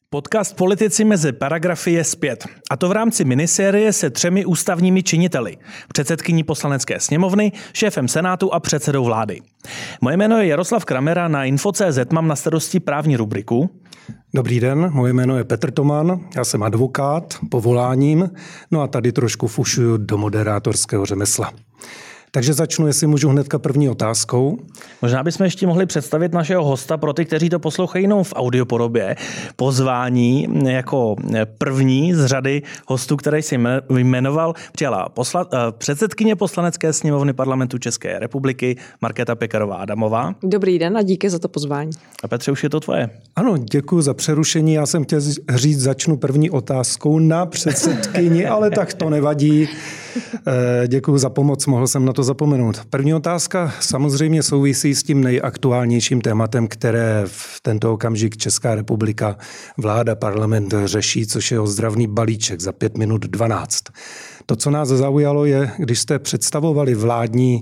Podcast Politici mezi paragrafy je zpět. A to v rámci minisérie se 3 ústavními činiteli. Předsedkyní Poslanecké sněmovny, šéfem Senátu a předsedou vlády. Moje jméno je Jaroslav Kramera, na Info.cz mám na starosti právní rubriku. Dobrý den, moje jméno je Petr Toman, já jsem advokát povoláním, no a tady trošku fušuju do moderátorského řemesla. Takže začnu, jestli můžu hnedka první otázkou. Možná bychom ještě mohli představit našeho hosta pro ty, kteří to poslouchají jenom v audiopodobě. Pozvání jako první z řady hostů, který si jmenoval, přijala předsedkyně Poslanecké sněmovny Parlamentu České republiky Markéta Pekarová Adamová. Dobrý den a díky za to pozvání. A Petře, už je to tvoje. Ano, děkuji za přerušení. Já jsem chtěl říct, začnu první otázkou na předsedkyni, ale tak to nevadí. Děkuji za pomoc, mohl jsem na to zapomenout. První otázka samozřejmě souvisí s tím nejaktuálnějším tématem, které v tento okamžik Česká republika, vláda, parlament řeší, což je ozdravný balíček za 5 minut 12. To, co nás zaujalo, je, když jste představovali vládní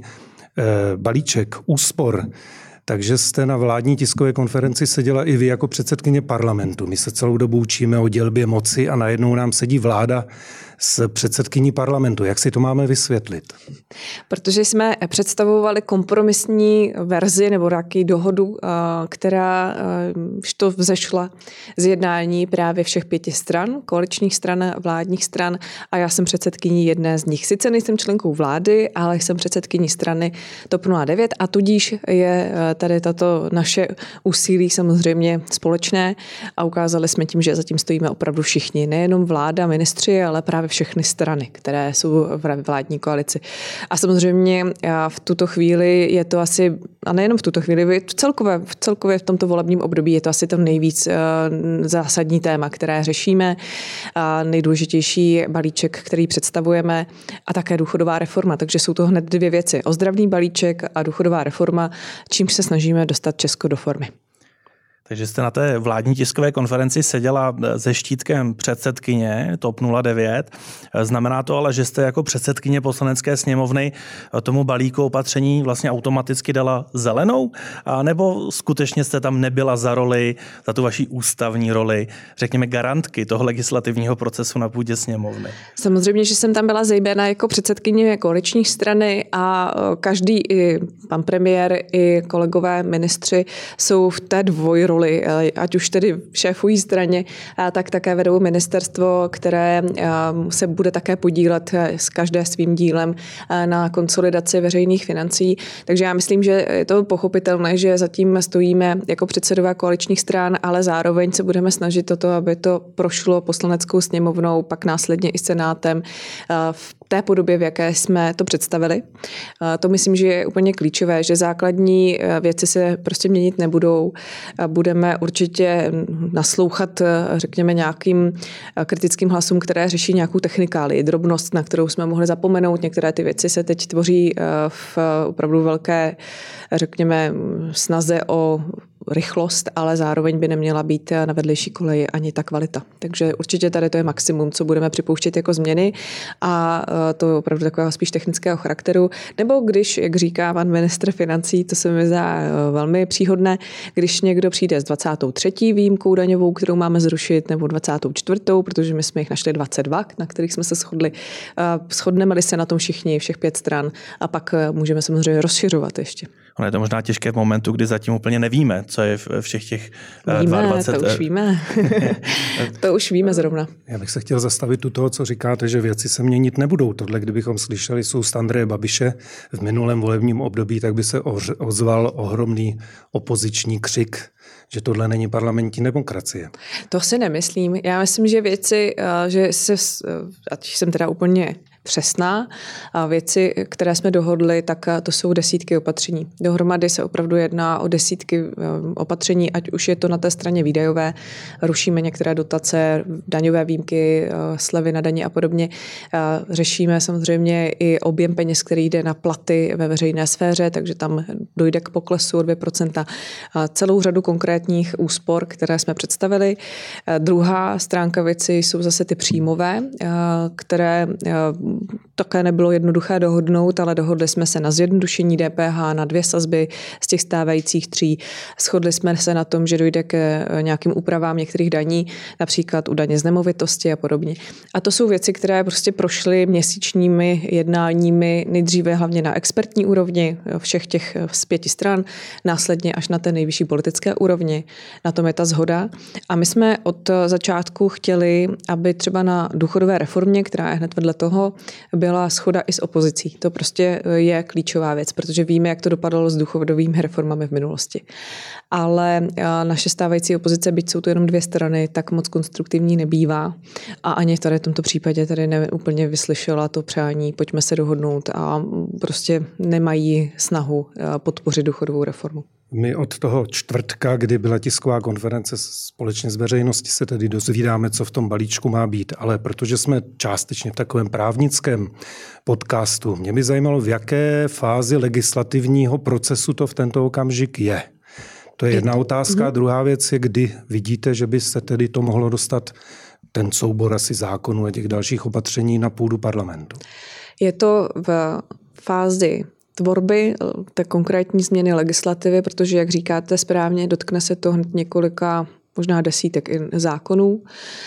balíček úspor, takže jste na vládní tiskové konferenci seděla i vy jako předsedkyně parlamentu. My se celou dobu učíme o dělbě moci a najednou nám sedí vláda s předsedkyní parlamentu. Jak si to máme vysvětlit? Protože jsme představovali kompromisní verzi nebo nějaký dohodu, která to vzešla z jednání právě všech 5 stran, koaličních stran, vládních stran, a já jsem předsedkyní jedné z nich. Sice nejsem členkou vlády, ale jsem předsedkyní strany TOP 09 a tudíž je tady tato naše úsilí samozřejmě společné a ukázali jsme tím, že zatím stojíme opravdu všichni, nejenom vláda, ministři, ale právě všechny strany, které jsou v vládní koalici. A samozřejmě v tuto chvíli je to asi, a nejenom v tuto chvíli, celkově v tomto volebním období je to asi to nejvíc zásadní téma, které řešíme, nejdůležitější balíček, který představujeme, a také důchodová reforma. Takže jsou to hned 2 věci. Ozdravný balíček a důchodová reforma, čímž se snažíme dostat Česko do formy. Takže jste na té vládní tiskové konferenci seděla se štítkem předsedkyně TOP 09. Znamená to ale, že jste jako předsedkyně Poslanecké sněmovny tomu balíku opatření vlastně automaticky dala zelenou? A nebo skutečně jste tam nebyla za tu vaši ústavní roli, řekněme, garantky toho legislativního procesu na půdě sněmovny? Samozřejmě, že jsem tam byla zejména jako předsedkyně koaliční strany a každý, i pan premiér, i kolegové ministři jsou v té dvojroli, ať už tedy šéfují straně, tak také vedou ministerstvo, které se bude také podílet s každé svým dílem na konsolidaci veřejných financí. Takže já myslím, že je to pochopitelné, že zatím stojíme jako předsedové koaličních stran, ale zároveň se budeme snažit o to, aby to prošlo Poslaneckou sněmovnou, pak následně i Senátem v té podobě, v jaké jsme to představili. To myslím, že je úplně klíčové, že základní věci se prostě měnit nebudou. Budeme určitě naslouchat, řekněme, nějakým kritickým hlasům, které řeší nějakou technikálii, drobnost, na kterou jsme mohli zapomenout. Některé ty věci se teď tvoří v opravdu velké, řekněme, snaze o rychlost, ale zároveň by neměla být na vedlejší koleji ani ta kvalita. Takže určitě tady to je maximum, co budeme připouštět jako změny, a to je opravdu takového spíš technického charakteru. Nebo když, jak říká pan ministr financí, to se mi zdá velmi příhodné, když někdo přijde s 23. výjimkou daňovou, kterou máme zrušit, nebo 24., protože my jsme jich našli 22, na kterých jsme se shodli. Shodneme-li se na tom všichni, všech 5 stran, a pak můžeme samozřejmě rozšiřovat ještě. Ono je to možná těžké v momentu, kdy zatím úplně nevíme, co je všech těch 22. To už víme. To už víme zrovna. Já bych se chtěl zastavit u toho, co říkáte, že věci se měnit nebudou. Tohle, kdybychom slyšeli z úst Andreje Babiše v minulém volebním období, tak by se ozval ohromný opoziční křik, že tohle není parlamentní demokracie. To si nemyslím. Já myslím, že věci, že se, ať jsem teda úplně přesná, a věci, které jsme dohodli, tak to jsou desítky opatření. Dohromady se opravdu jedná o desítky opatření, ať už je to na té straně výdajové, rušíme některé dotace, daňové výjimky, slevy na daně a podobně. Řešíme samozřejmě i objem peněz, který jde na platy ve veřejné sféře, takže tam dojde k poklesu o 2%. Celou řadu konkrétních úspor, které jsme představili. Druhá stránka věci jsou zase ty příjmové, které také nebylo jednoduché dohodnout, ale dohodli jsme se na zjednodušení DPH na 2 sazby z těch stávajících 3. Shodli jsme se na tom, že dojde k nějakým úpravám některých daní, například u daně z nemovitosti a podobně. A to jsou věci, které prostě prošly měsíčními jednáními, nejdříve hlavně na expertní úrovni všech těch z 5 stran, následně až na té nejvyšší politické úrovni. Na tom je ta shoda. A my jsme od začátku chtěli, aby třeba na důchodové reformě, která je hned vedle toho, byla shoda i s opozicí. To prostě je klíčová věc, protože víme, jak to dopadlo s důchodovými reformami v minulosti. Ale naše stávající opozice, byť jsou to jenom 2 strany, tak moc konstruktivní nebývá. A ani tady v tomto případě tady úplně vyslyšela to přání, pojďme se dohodnout, a prostě nemají snahu podpořit důchodovou reformu. My od toho čtvrtka, kdy byla tisková konference společně s veřejností, se tedy dozvídáme, co v tom balíčku má být. Ale protože jsme částečně v takovém právnickém podcastu, mě by zajímalo, v jaké fázi legislativního procesu to v tento okamžik je. To je jedna otázka. Druhá věc je, kdy vidíte, že by se tedy to mohlo dostat, ten soubor asi zákonů a těch dalších opatření, na půdu parlamentu. Je to v fázi tvorby té konkrétní změny legislativy, protože, jak říkáte správně, dotkne se to hned několika, možná desítek i zákonů.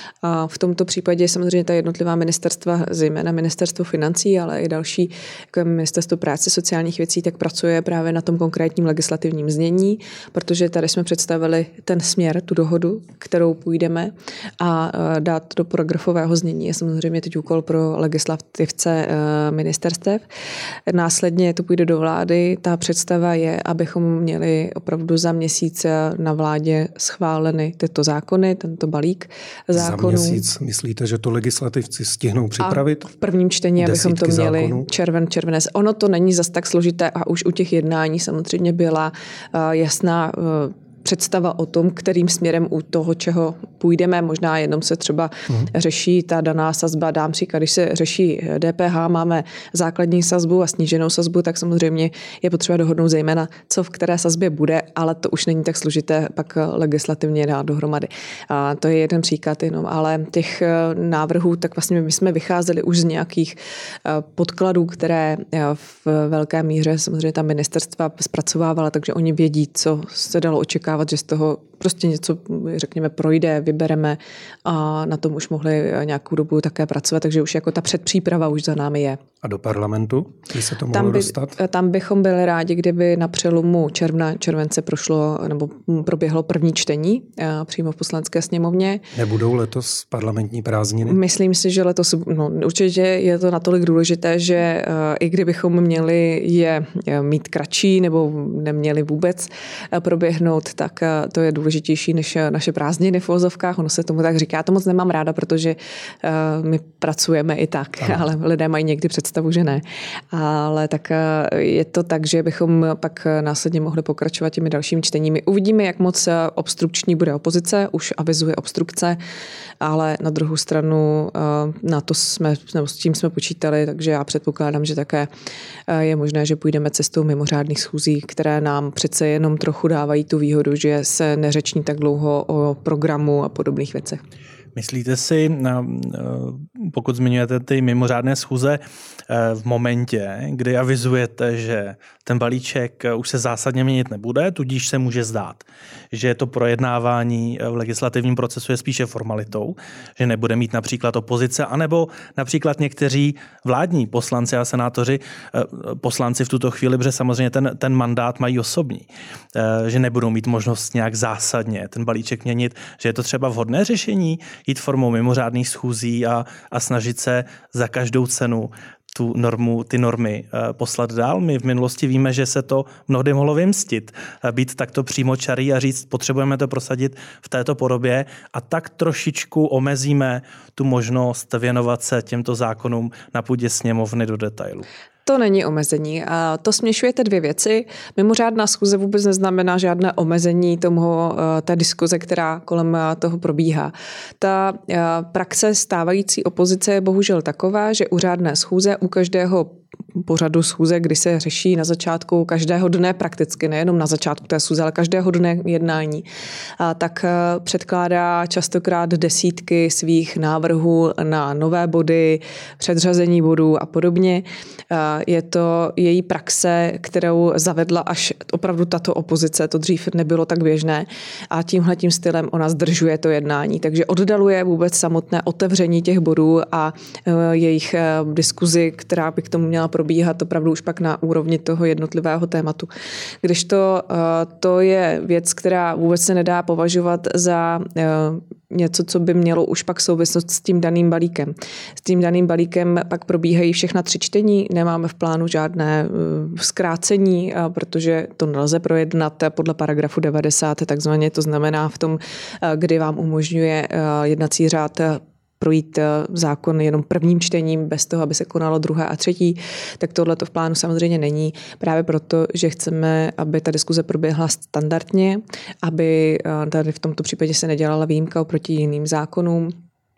A v tomto případě samozřejmě ta jednotlivá ministerstva, zejména ministerstvo financí, ale i další, jako ministerstvo práce, sociálních věcí, tak pracuje právě na tom konkrétním legislativním znění, protože tady jsme představili ten směr, tu dohodu, kterou půjdeme, a dát do paragrafového znění je samozřejmě teď úkol pro legislativce ministerstev. Následně to půjde do vlády. Ta představa je, abychom měli opravdu za měsíc na vládě schváleny tyto zákony, tento balík zákonů. Za měsíc myslíte, že to legislativci stihnou připravit? A v prvním čtení, abychom to měli zákonů? červenec. Ono to není zas tak složité a už u těch jednání samozřejmě byla jasná představa o tom, kterým směrem u toho, čeho půjdeme. Možná jenom se třeba řeší ta daná sazba. Dám příklad, když se řeší DPH, máme základní sazbu a sníženou sazbu, tak samozřejmě je potřeba dohodnout zejména, co v které sazbě bude, ale to už není tak složité pak legislativně dát dohromady. A to je jeden příklad jenom, ale těch návrhů, tak vlastně my jsme vycházeli už z nějakých podkladů, které v velké míře samozřejmě ta ministerstva zpracovávala, takže oni vědí, co se dalo očekávat, že z toho prostě něco, řekněme, projde, vybereme, a na tom už mohli nějakou dobu také pracovat, takže už jako ta předpříprava už za námi je. A do parlamentu, kdy se to mohlo dostat? Tam bychom byli rádi, kdyby na přelomu července prošlo nebo proběhlo první čtení přímo v Poslanecké sněmovně. Nebudou letos parlamentní prázdniny? Myslím si, že letos určitě je to natolik důležité, že i kdybychom měli je mít kratší nebo neměli vůbec proběhnout, tak to je důležitější než naše prázdniny v uvozovkách. Ono se tomu tak říká. To moc nemám ráda, protože my pracujeme i tak, ale lidé mají někdy představu, že ne. Ale tak je to tak, že bychom pak následně mohli pokračovat těmi dalšími čteními. Uvidíme, jak moc obstrukční bude opozice, už avizuje obstrukce, ale na druhou stranu na to s tím jsme počítali, takže já předpokládám, že také je možné, že půjdeme cestou mimořádných schůzí, které nám přece jenom trochu dávají tu výhodu, že se neřeční tak dlouho o programu a podobných věcech. Myslíte si, pokud zmiňujete ty mimořádné schůze, v momentě, kdy avizujete, že ten balíček už se zásadně měnit nebude, tudíž se může zdát, že to projednávání v legislativním procesu je spíše formalitou, že nebude mít například opozice, anebo například někteří vládní poslanci a senátoři, poslanci v tuto chvíli, protože samozřejmě ten mandát mají osobní, že nebudou mít možnost nějak zásadně ten balíček měnit, že je to třeba vhodné řešení jít formou mimořádných schůzí a snažit se za každou cenu ty normy poslat dál. My v minulosti víme, že se to mnohdy mohlo vymstit, být takto přímočarý a říct, potřebujeme to prosadit v této podobě, a tak trošičku omezíme tu možnost věnovat se těmto zákonům na půdě sněmovny do detailu. To není omezení. A to směšujete dvě věci. Mimořádná schůze vůbec neznamená žádné omezení té diskuze, která kolem toho probíhá. Ta praxe stávající opozice je bohužel taková, že u řádné schůze, u každého pořadu schůze, kdy se řeší na začátku každého dne prakticky, nejenom na začátku té schůze, ale každého dne jednání, tak předkládá častokrát desítky svých návrhů na nové body, předřazení bodů a podobně. Je to její praxe, kterou zavedla až opravdu tato opozice, to dřív nebylo tak běžné a tímhletím stylem ona zdržuje to jednání, takže oddaluje vůbec samotné otevření těch bodů a jejich diskuzi, která by k tomu měla probíhat opravdu už pak na úrovni toho jednotlivého tématu. Kdežto to je věc, která vůbec se nedá považovat za něco, co by mělo už pak souvislost s tím daným balíkem. S tím daným balíkem pak probíhají všechna 3 čtení, nemáme v plánu žádné zkrácení, protože to nelze projednat podle paragrafu 90, takzvaně, to znamená v tom, kdy vám umožňuje jednací řád projít zákon jenom prvním čtením, bez toho, aby se konalo druhé a třetí, tak tohle to v plánu samozřejmě není. Právě proto, že chceme, aby ta diskuze proběhla standardně, aby tady v tomto případě se nedělala výjimka oproti jiným zákonům.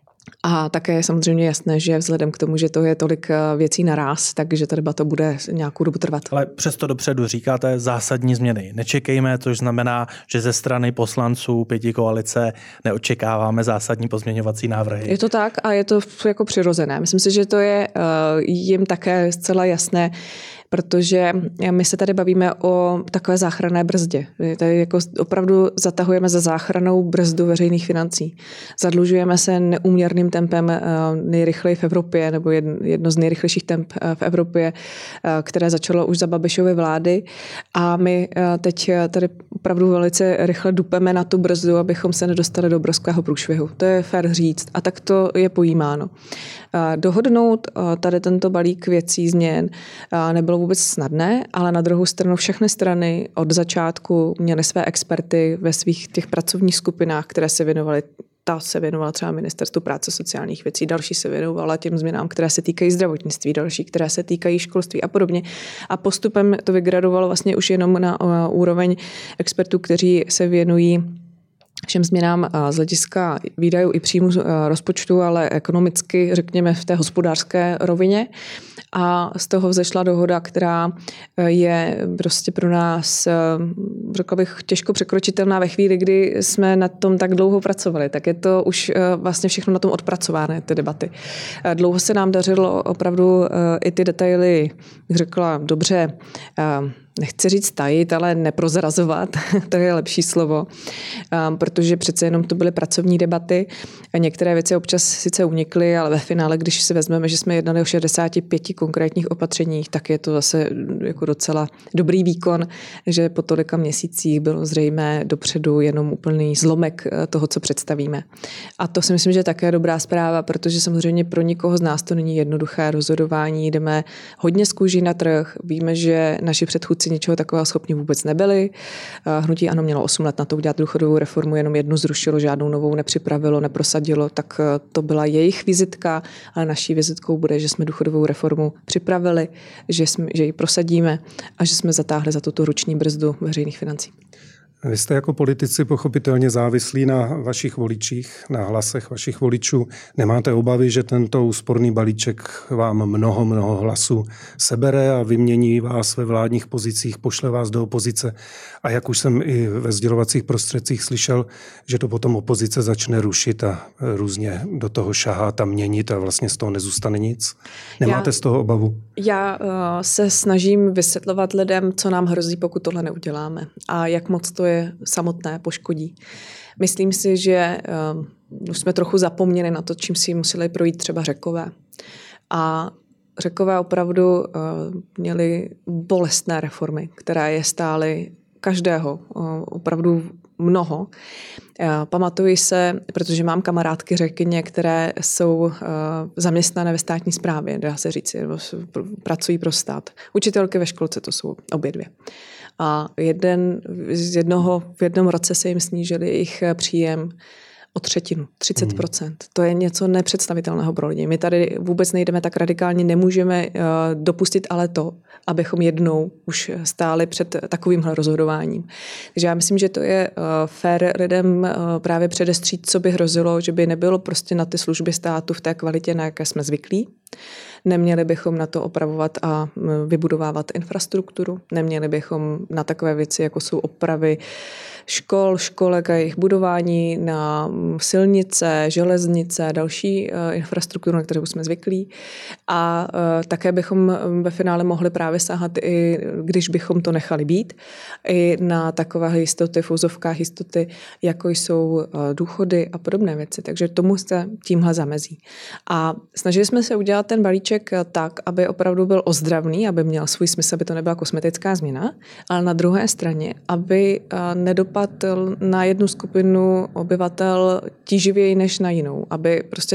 A také je samozřejmě jasné, že vzhledem k tomu, že to je tolik věcí naráz, takže ta debata bude nějakou dobu trvat. Ale přesto dopředu říkáte zásadní změny. Nečekejme, což znamená, že ze strany poslanců pětikoalice neočekáváme zásadní pozměňovací návrhy. Je to tak a je to jako přirozené. Myslím si, že to je jim také zcela jasné, protože my se tady bavíme o takové záchranné brzdě. Tady jako opravdu zatahujeme za záchrannou brzdu veřejných financí. Zadlužujeme se neúměrným tempem nejrychleji v Evropě, nebo jedno z nejrychlejších temp v Evropě, které začalo už za Babišovy vlády. A my teď tady opravdu velice rychle dupeme na tu brzdu, abychom se nedostali do obrovského průšvihu. To je fér říct. A tak to je pojímáno. Dohodnout tady tento balík věcí změn nebylo vůbec snadné, ale na druhou stranu všechny strany od začátku měly své experty ve svých těch pracovních skupinách, které se věnovaly. Ta se věnovala třeba Ministerstvu práce sociálních věcí, další se věnovala těm změnám, které se týkají zdravotnictví, další, které se týkají školství a podobně. A postupem to vygradovalo vlastně už jenom na úroveň expertů, kteří se věnují všem změnám z hlediska výdajů i příjmu rozpočtu, ale ekonomicky, řekněme, v té hospodářské rovině. A z toho vzešla dohoda, která je prostě pro nás, řekla bych, těžko překročitelná ve chvíli, kdy jsme na tom tak dlouho pracovali. Tak je to už vlastně všechno na tom odpracované, ty debaty. Dlouho se nám dařilo opravdu i ty detaily, řekla, dobře, nechci říct tajit, ale neprozrazovat, to je lepší slovo, protože přece jenom to byly pracovní debaty. Některé věci občas sice unikly, ale ve finále, když si vezmeme, že jsme jednali o 65 konkrétních opatřeních, tak je to zase jako docela dobrý výkon, že po tolika měsících bylo zřejmé dopředu jenom úplný zlomek toho, co představíme. A to si myslím, že je také dobrá zpráva, protože samozřejmě pro nikoho z nás to není jednoduché rozhodování. Jdeme hodně z kůží na trh, víme, že naši předchůdci něčeho takového schopni vůbec nebyli. Hnutí ANO mělo 8 let na to udělat důchodovou reformu, jenom jednu zrušilo, žádnou novou nepřipravilo, neprosadilo, tak to byla jejich vizitka, ale naší vizitkou bude, že jsme důchodovou reformu připravili, že ji prosadíme a že jsme zatáhli za tuto ruční brzdu veřejných financí. Vy jste jako politici pochopitelně závislí na vašich voličích, na hlasech vašich voličů. Nemáte obavy, že tento úsporný balíček vám mnoho hlasů sebere a vymění vás ve vládních pozicích, pošle vás do opozice? A jak už jsem i ve sdělovacích prostředcích slyšel, že to potom opozice začne rušit a různě do toho šahát a měnit a vlastně z toho nezůstane nic? Nemáte z toho obavu? Já se snažím vysvětlovat lidem, co nám hrozí, pokud tohle neuděláme a jak moc to je samotné poškodí. Myslím si, že už jsme trochu zapomněli na to, čím si museli projít třeba Řekové. A Řekové opravdu měli bolestné reformy, které je stály každého opravdu mnoho. Pamatuji se, protože mám kamarádky Řekyně, které jsou zaměstnané ve státní správě, dá se říct, pracují pro stát. Učitelky ve školce, to jsou obě dvě. A v jednom roce se jim snížili jejich příjem o třetinu, 30%. To je něco nepředstavitelného pro lidi. My tady vůbec nejdeme tak radikálně, nemůžeme dopustit ale to, abychom jednou už stáli před takovýmhle rozhodováním. Takže já myslím, že to je fér lidem právě předestřít, co by hrozilo, že by nebylo prostě na ty služby státu v té kvalitě, na jaké jsme zvyklí. Neměli bychom na to opravovat a vybudovávat infrastrukturu. Neměli bychom na takové věci, jako jsou opravy škol, školek a jejich budování, na silnice, železnice, další infrastrukturu, na kterou jsme zvyklí. A také bychom ve finále mohli právě sahat, i když bychom to nechali být, i na takové jistoty, v úzovkách jistoty, jako jsou důchody a podobné věci. Takže tomu se tímhle zamezí. A snažili jsme se udělat ten balíček tak, aby opravdu byl ozdravný, aby měl svůj smysl, aby to nebyla kosmetická změna, ale na druhé straně, aby nedopadl na jednu skupinu obyvatel tíživěji než na jinou, aby prostě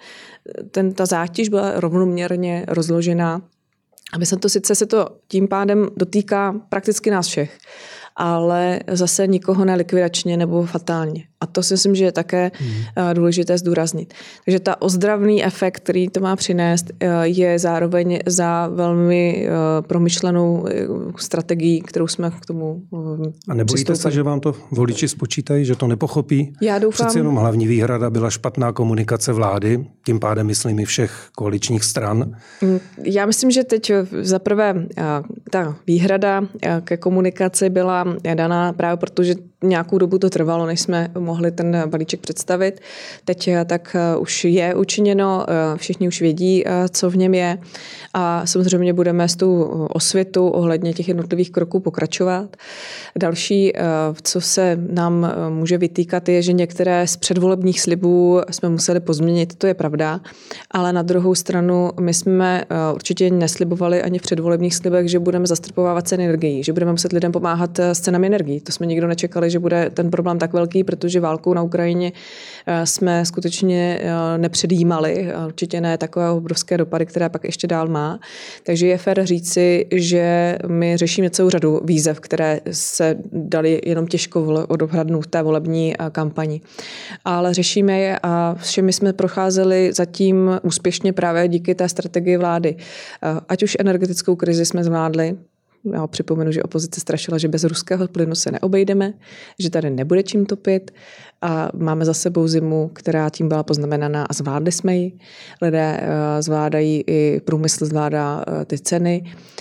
ta zátěž byla rovnoměrně rozložená, aby se to tím pádem dotýká prakticky nás všech, ale zase nikoho nelikvidačně nebo fatálně. A to si myslím, že je také důležité zdůraznit. Takže ta ozdravný efekt, který to má přinést, je zároveň za velmi promyšlenou strategií, kterou jsme k tomu A nebojíte se, že vám to voliči spočítají, že to nepochopí? Já doufám. Přeci jenom hlavní výhrada byla špatná komunikace vlády, tím pádem myslím i všech koaličních stran. Já myslím, že teď za prvé ta výhrada ke komunikaci byla daná právě proto, že nějakou dobu to trvalo, než jsme mohli ten balíček představit. Teď tak už je učiněno, všichni už vědí, co v něm je a samozřejmě budeme s tou osvětou ohledně těch jednotlivých kroků pokračovat. Další, co se nám může vytýkat, je, že některé z předvolebních slibů jsme museli pozměnit, to je pravda, ale na druhou stranu my jsme určitě neslibovali ani v předvolebních slibech, že budeme zastropovávat ceny energií, že budeme muset lidem pomáhat s cenami energií. To jsme nikdo nečekali, že bude ten problém tak velký, protože válkou na Ukrajině jsme skutečně nepředjímali, určitě ne takové obrovské dopady, které pak ještě dál má. Takže je fér říci, že my řešíme celou řadu výzev, které se daly jenom těžko odhadnout v té volební kampani. Ale řešíme je a všemi jsme procházeli zatím úspěšně právě díky té strategii vlády. Ať už energetickou krizi jsme zvládli, já připomenu, že opozice strašila, že bez ruského plynu se neobejdeme, že tady nebude čím topit a máme za sebou zimu, která tím byla poznamenaná a zvládli jsme ji. Lidé zvládají, i průmysl zvládá ty ceny.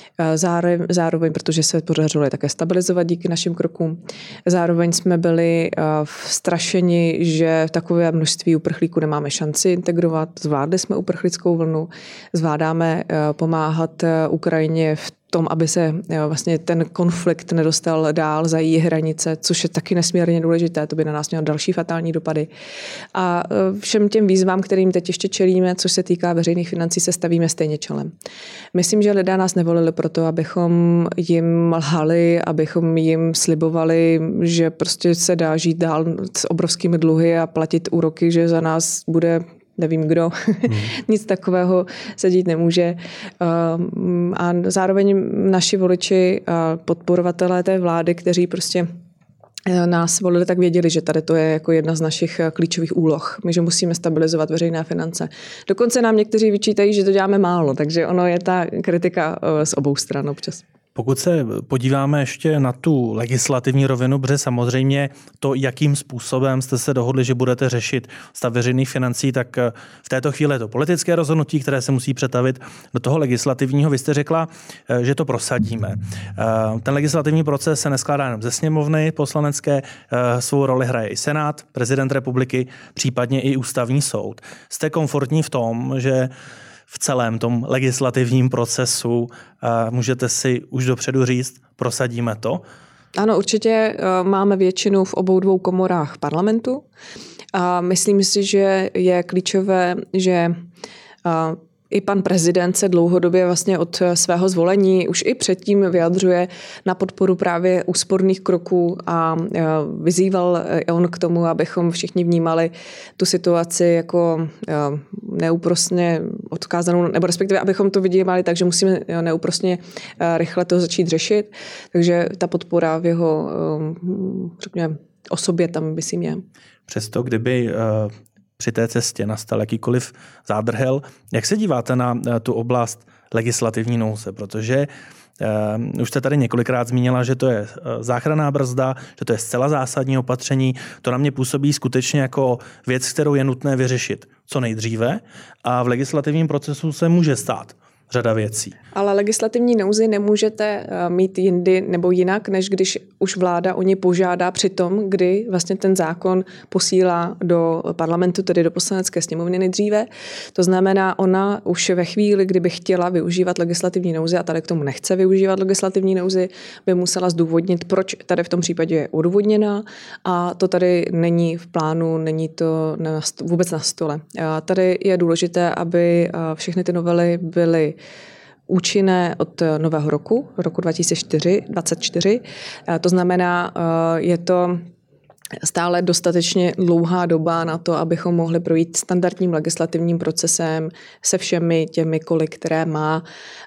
Zároveň, protože se podařilo je také stabilizovat díky našim krokům. Zároveň jsme byli strašeni, že takové množství uprchlíků nemáme šanci integrovat. Zvládli jsme uprchlickou vlnu, zvládáme pomáhat Ukrajině v tom, aby se vlastně ten konflikt nedostal dál za její hranice, což je taky nesmírně důležité, to by na nás mělo další fatální dopady. A všem těm výzvám, kterým teď ještě čelíme, což se týká veřejných financí, se stavíme stejně čelem. Myslím, že lidé nás nevolili proto, abychom jim lhali, abychom jim slibovali, že prostě se dá žít dál s obrovskými dluhy a platit úroky, že za nás bude nevím kdo, nic takového se dít nemůže. A zároveň naši voliči, podporovatelé té vlády, kteří prostě nás volili, tak věděli, že tady to je jako jedna z našich klíčových úloh. My, že musíme stabilizovat veřejné finance. Dokonce nám někteří vyčítají, že to děláme málo, takže ono je ta kritika z obou stran občas. Pokud se podíváme ještě na tu legislativní rovinu, protože samozřejmě to, jakým způsobem jste se dohodli, že budete řešit stav veřejných financí, tak v této chvíli je to politické rozhodnutí, které se musí přetavit do toho legislativního. Vy jste řekla, že to prosadíme. Ten legislativní proces se neskládá jenom ze sněmovny poslanecké, svou roli hraje i Senát, prezident republiky, případně i ústavní soud. Jste komfortní v tom, že v celém tom legislativním procesu můžete si už dopředu říct, prosadíme to? Ano, určitě máme většinu v obou dvou komorách parlamentu a myslím si, že je klíčové, že i pan prezident se dlouhodobě vlastně od svého zvolení už i předtím vyjadřuje na podporu právě úsporných kroků a vyzýval on k tomu, abychom všichni vnímali tu situaci jako neúprosně odkázanou, nebo respektive abychom to vnímali tak, že musíme neúprosně rychle to začít řešit. Takže ta podpora v jeho, řekněme, o sobě tam by si měl. Přesto, kdyby při té cestě nastal jakýkoliv zádrhel, jak se díváte na tu oblast legislativní nouze? Protože už jste tady několikrát zmínila, že to je záchranná brzda, že to je zcela zásadní opatření. To na mě působí skutečně jako věc, kterou je nutné vyřešit co nejdříve a v legislativním procesu se může stát řada věcí. Ale legislativní nouzi nemůžete mít jindy nebo jinak, než když už vláda o ně požádá při tom, kdy vlastně ten zákon posílá do parlamentu, tedy do Poslanecké sněmovny nejdříve. To znamená, ona už ve chvíli, kdyby chtěla využívat legislativní nouzi a tady k tomu nechce využívat legislativní nouzi, by musela zdůvodnit, proč tady v tom případě je odůvodněná a to tady není v plánu, není to vůbec na stole. A tady je důležité, aby všechny ty novely byly účinné od nového roku 2024. To znamená, je to stále dostatečně dlouhá doba na to, abychom mohli projít standardním legislativním procesem se všemi těmi koly, které má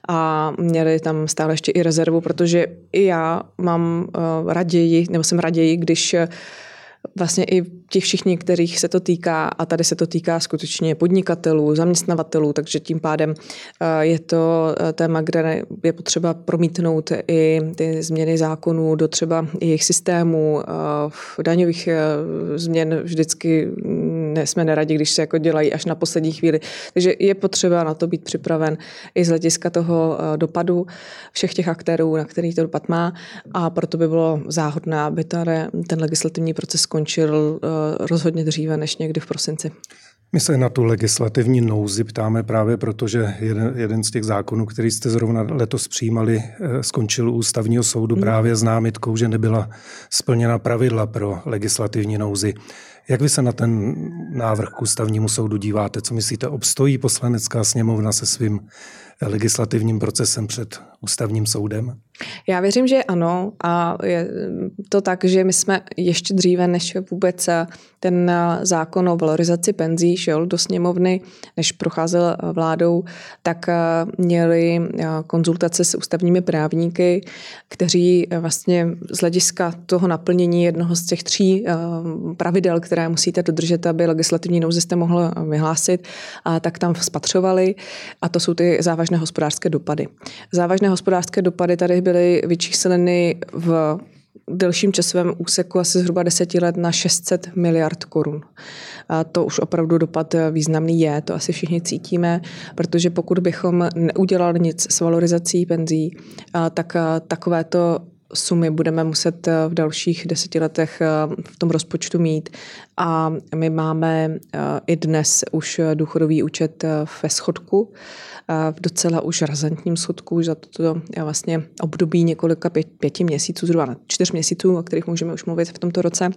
a měli tam stále ještě i rezervu, protože i já mám raději, nebo jsem raději, když vlastně i těch všichni, kterých se to týká, a tady se to týká skutečně podnikatelů, zaměstnavatelů, takže tím pádem je to téma, kde je potřeba promítnout i ty změny zákonů do třeba jejich systémů, daňových změn vždycky jsme neradi, když se jako dělají až na poslední chvíli. Takže je potřeba na to být připraven i z hlediska toho dopadu všech těch aktérů, na který to dopad má a proto by bylo záhodné, aby ten legislativní proces skončil rozhodně dříve než někdy v prosinci. My se na tu legislativní nouzi ptáme právě proto, že jeden z těch zákonů, který jste zrovna letos přijímali, skončil u Ústavního soudu právě s námitkou, že nebyla splněna pravidla pro legislativní nouzi. Jak vy se na ten návrh k Ústavnímu soudu díváte? Co myslíte, obstojí Poslanecká sněmovna se svým legislativním procesem před Ústavním soudem? Já věřím, že ano a je to tak, že my jsme ještě dříve, než vůbec ten zákon o valorizaci penzí šel do sněmovny, než procházel vládou, tak měli konzultace s ústavními právníky, kteří vlastně z hlediska toho naplnění jednoho z těch 3 pravidel, které musíte dodržet, aby legislativní nouzi jste mohl vyhlásit, tak tam spatřovali a to jsou ty závažné hospodářské dopady. Závažné hospodářské dopady tady byly vyčísleny v delším časovém úseku asi zhruba 10 let na 600 miliard korun. A to už opravdu dopad významný je, to asi všichni cítíme, protože pokud bychom neudělali nic s valorizací penzí, tak takovéto sumy budeme muset v dalších 10 letech v tom rozpočtu mít. A my máme i dnes už důchodový účet ve schodku, v docela už razantním schodku za toto vlastně období několika 5 měsíců, zhruba 4 měsíců, o kterých můžeme už mluvit v tomto roce.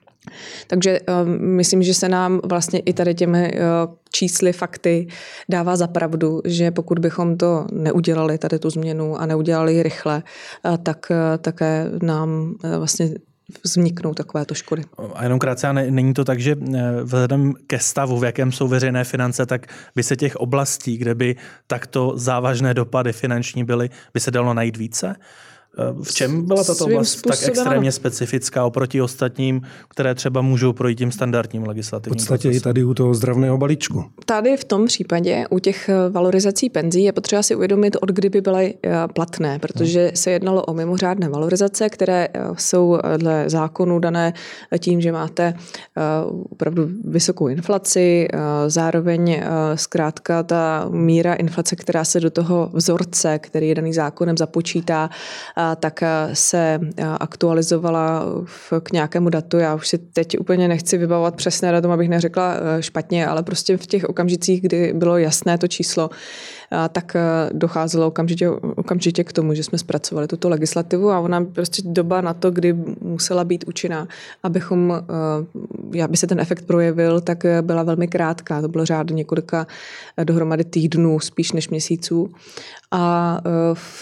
Takže myslím, že se nám vlastně i tady těmi čísly, fakty dává za pravdu, že pokud bychom to neudělali, tady tu změnu a neudělali ji rychle, tak také nám vlastně vzniknou takovéto škody. A jenom krátce, není to tak, že vzhledem ke stavu, v jakém jsou veřejné finance, tak by se těch oblastí, kde by takto závažné dopady finanční byly, by se dalo najít více? V čem byla tato oblast tak extrémně specifická oproti ostatním, které třeba můžou projít tím standardním legislativním procesem? V podstatě i tady u toho ozdravného balíčku. Tady v tom případě u těch valorizací penzí je potřeba si uvědomit, od kdy by byly platné, protože se jednalo o mimořádné valorizace, které jsou dle zákonu dané tím, že máte opravdu vysokou inflaci, zároveň zkrátka ta míra inflace, která se do toho vzorce, který je daný zákonem, započítá, tak se aktualizovala k nějakému datu. Já už si teď úplně nechci vybavovat přesné datum, abych neřekla špatně, ale prostě v těch okamžicích, kdy bylo jasné to číslo, tak docházelo okamžitě k tomu, že jsme zpracovali tuto legislativu a ona prostě doba na to, kdy musela být účinná, aby se ten efekt projevil, tak byla velmi krátká. To bylo řád několika dohromady týdnů, spíš než měsíců. A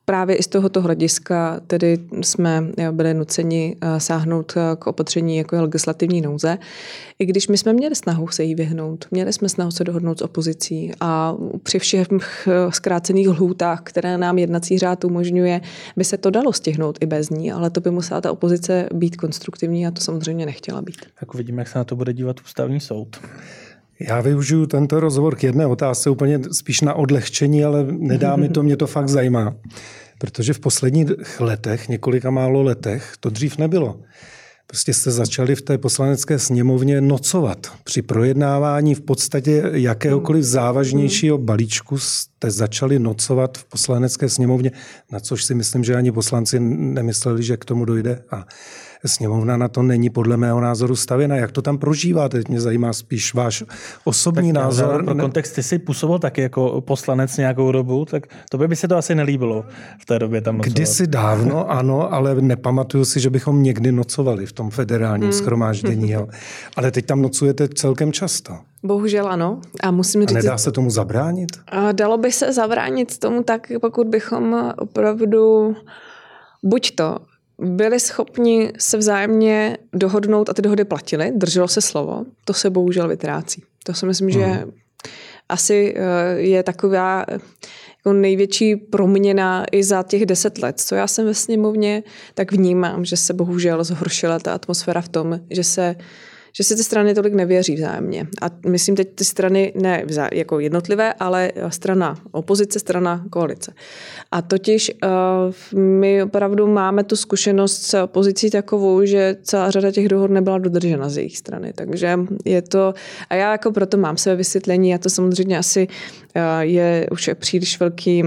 právě i z tohoto hlediska tedy jsme byli nuceni sáhnout k opatření jako je legislativní nouze, i když my jsme měli snahu se jí vyhnout. Měli jsme snahu se dohodnout s opozicí a při všech zkrácených lhůtách, které nám jednací řád umožňuje, by se to dalo stihnout i bez ní, ale to by musela ta opozice být konstruktivní a to samozřejmě nechtěla být. Tak uvidíme, jak se na to bude dívat ústavní soud. Já využiju tento rozhovor k jedné otázce, úplně spíš na odlehčení, ale nedá mi to, mě to fakt zajímá. Protože v posledních letech, několika málo letech, to dřív nebylo. Prostě jste začali v té poslanecké sněmovně nocovat. Při projednávání v podstatě jakéhokoliv závažnějšího balíčku jste začali nocovat v poslanecké sněmovně, na což si myslím, že ani poslanci nemysleli, že k tomu dojde. A sněmovna na to není podle mého názoru stavěna. Jak to tam prožíváte? Mě zajímá spíš váš osobní názor. Pro kontext, ty jsi působil taky jako poslanec nějakou dobu, tak to by se to asi nelíbilo v té době tam nocovat. Kdysi dávno, ano, ale nepamatuju si, že bychom někdy nocovali v tom federálním shromáždění. Jo. Ale teď tam nocujete celkem často. Bohužel ano. A musím říct, nedá se tomu zabránit? Dalo by se zabránit tomu tak, pokud bychom opravdu buď to byli schopni se vzájemně dohodnout a ty dohody platily, drželo se slovo, to se bohužel vytrácí. To si myslím, že asi je taková jako největší proměna i za těch 10 let. Co já jsem ve sněmovně, tak vnímám, že se bohužel zhoršila ta atmosféra v tom, že se ty strany tolik nevěří vzájemně. A myslím teď ty strany ne jako jednotlivé, ale strana opozice, strana koalice. A totiž my opravdu máme tu zkušenost s opozicí takovou, že celá řada těch dohod nebyla dodržena z jejich strany. Takže je to, a já jako proto mám své vysvětlení, a to samozřejmě asi je už příliš velký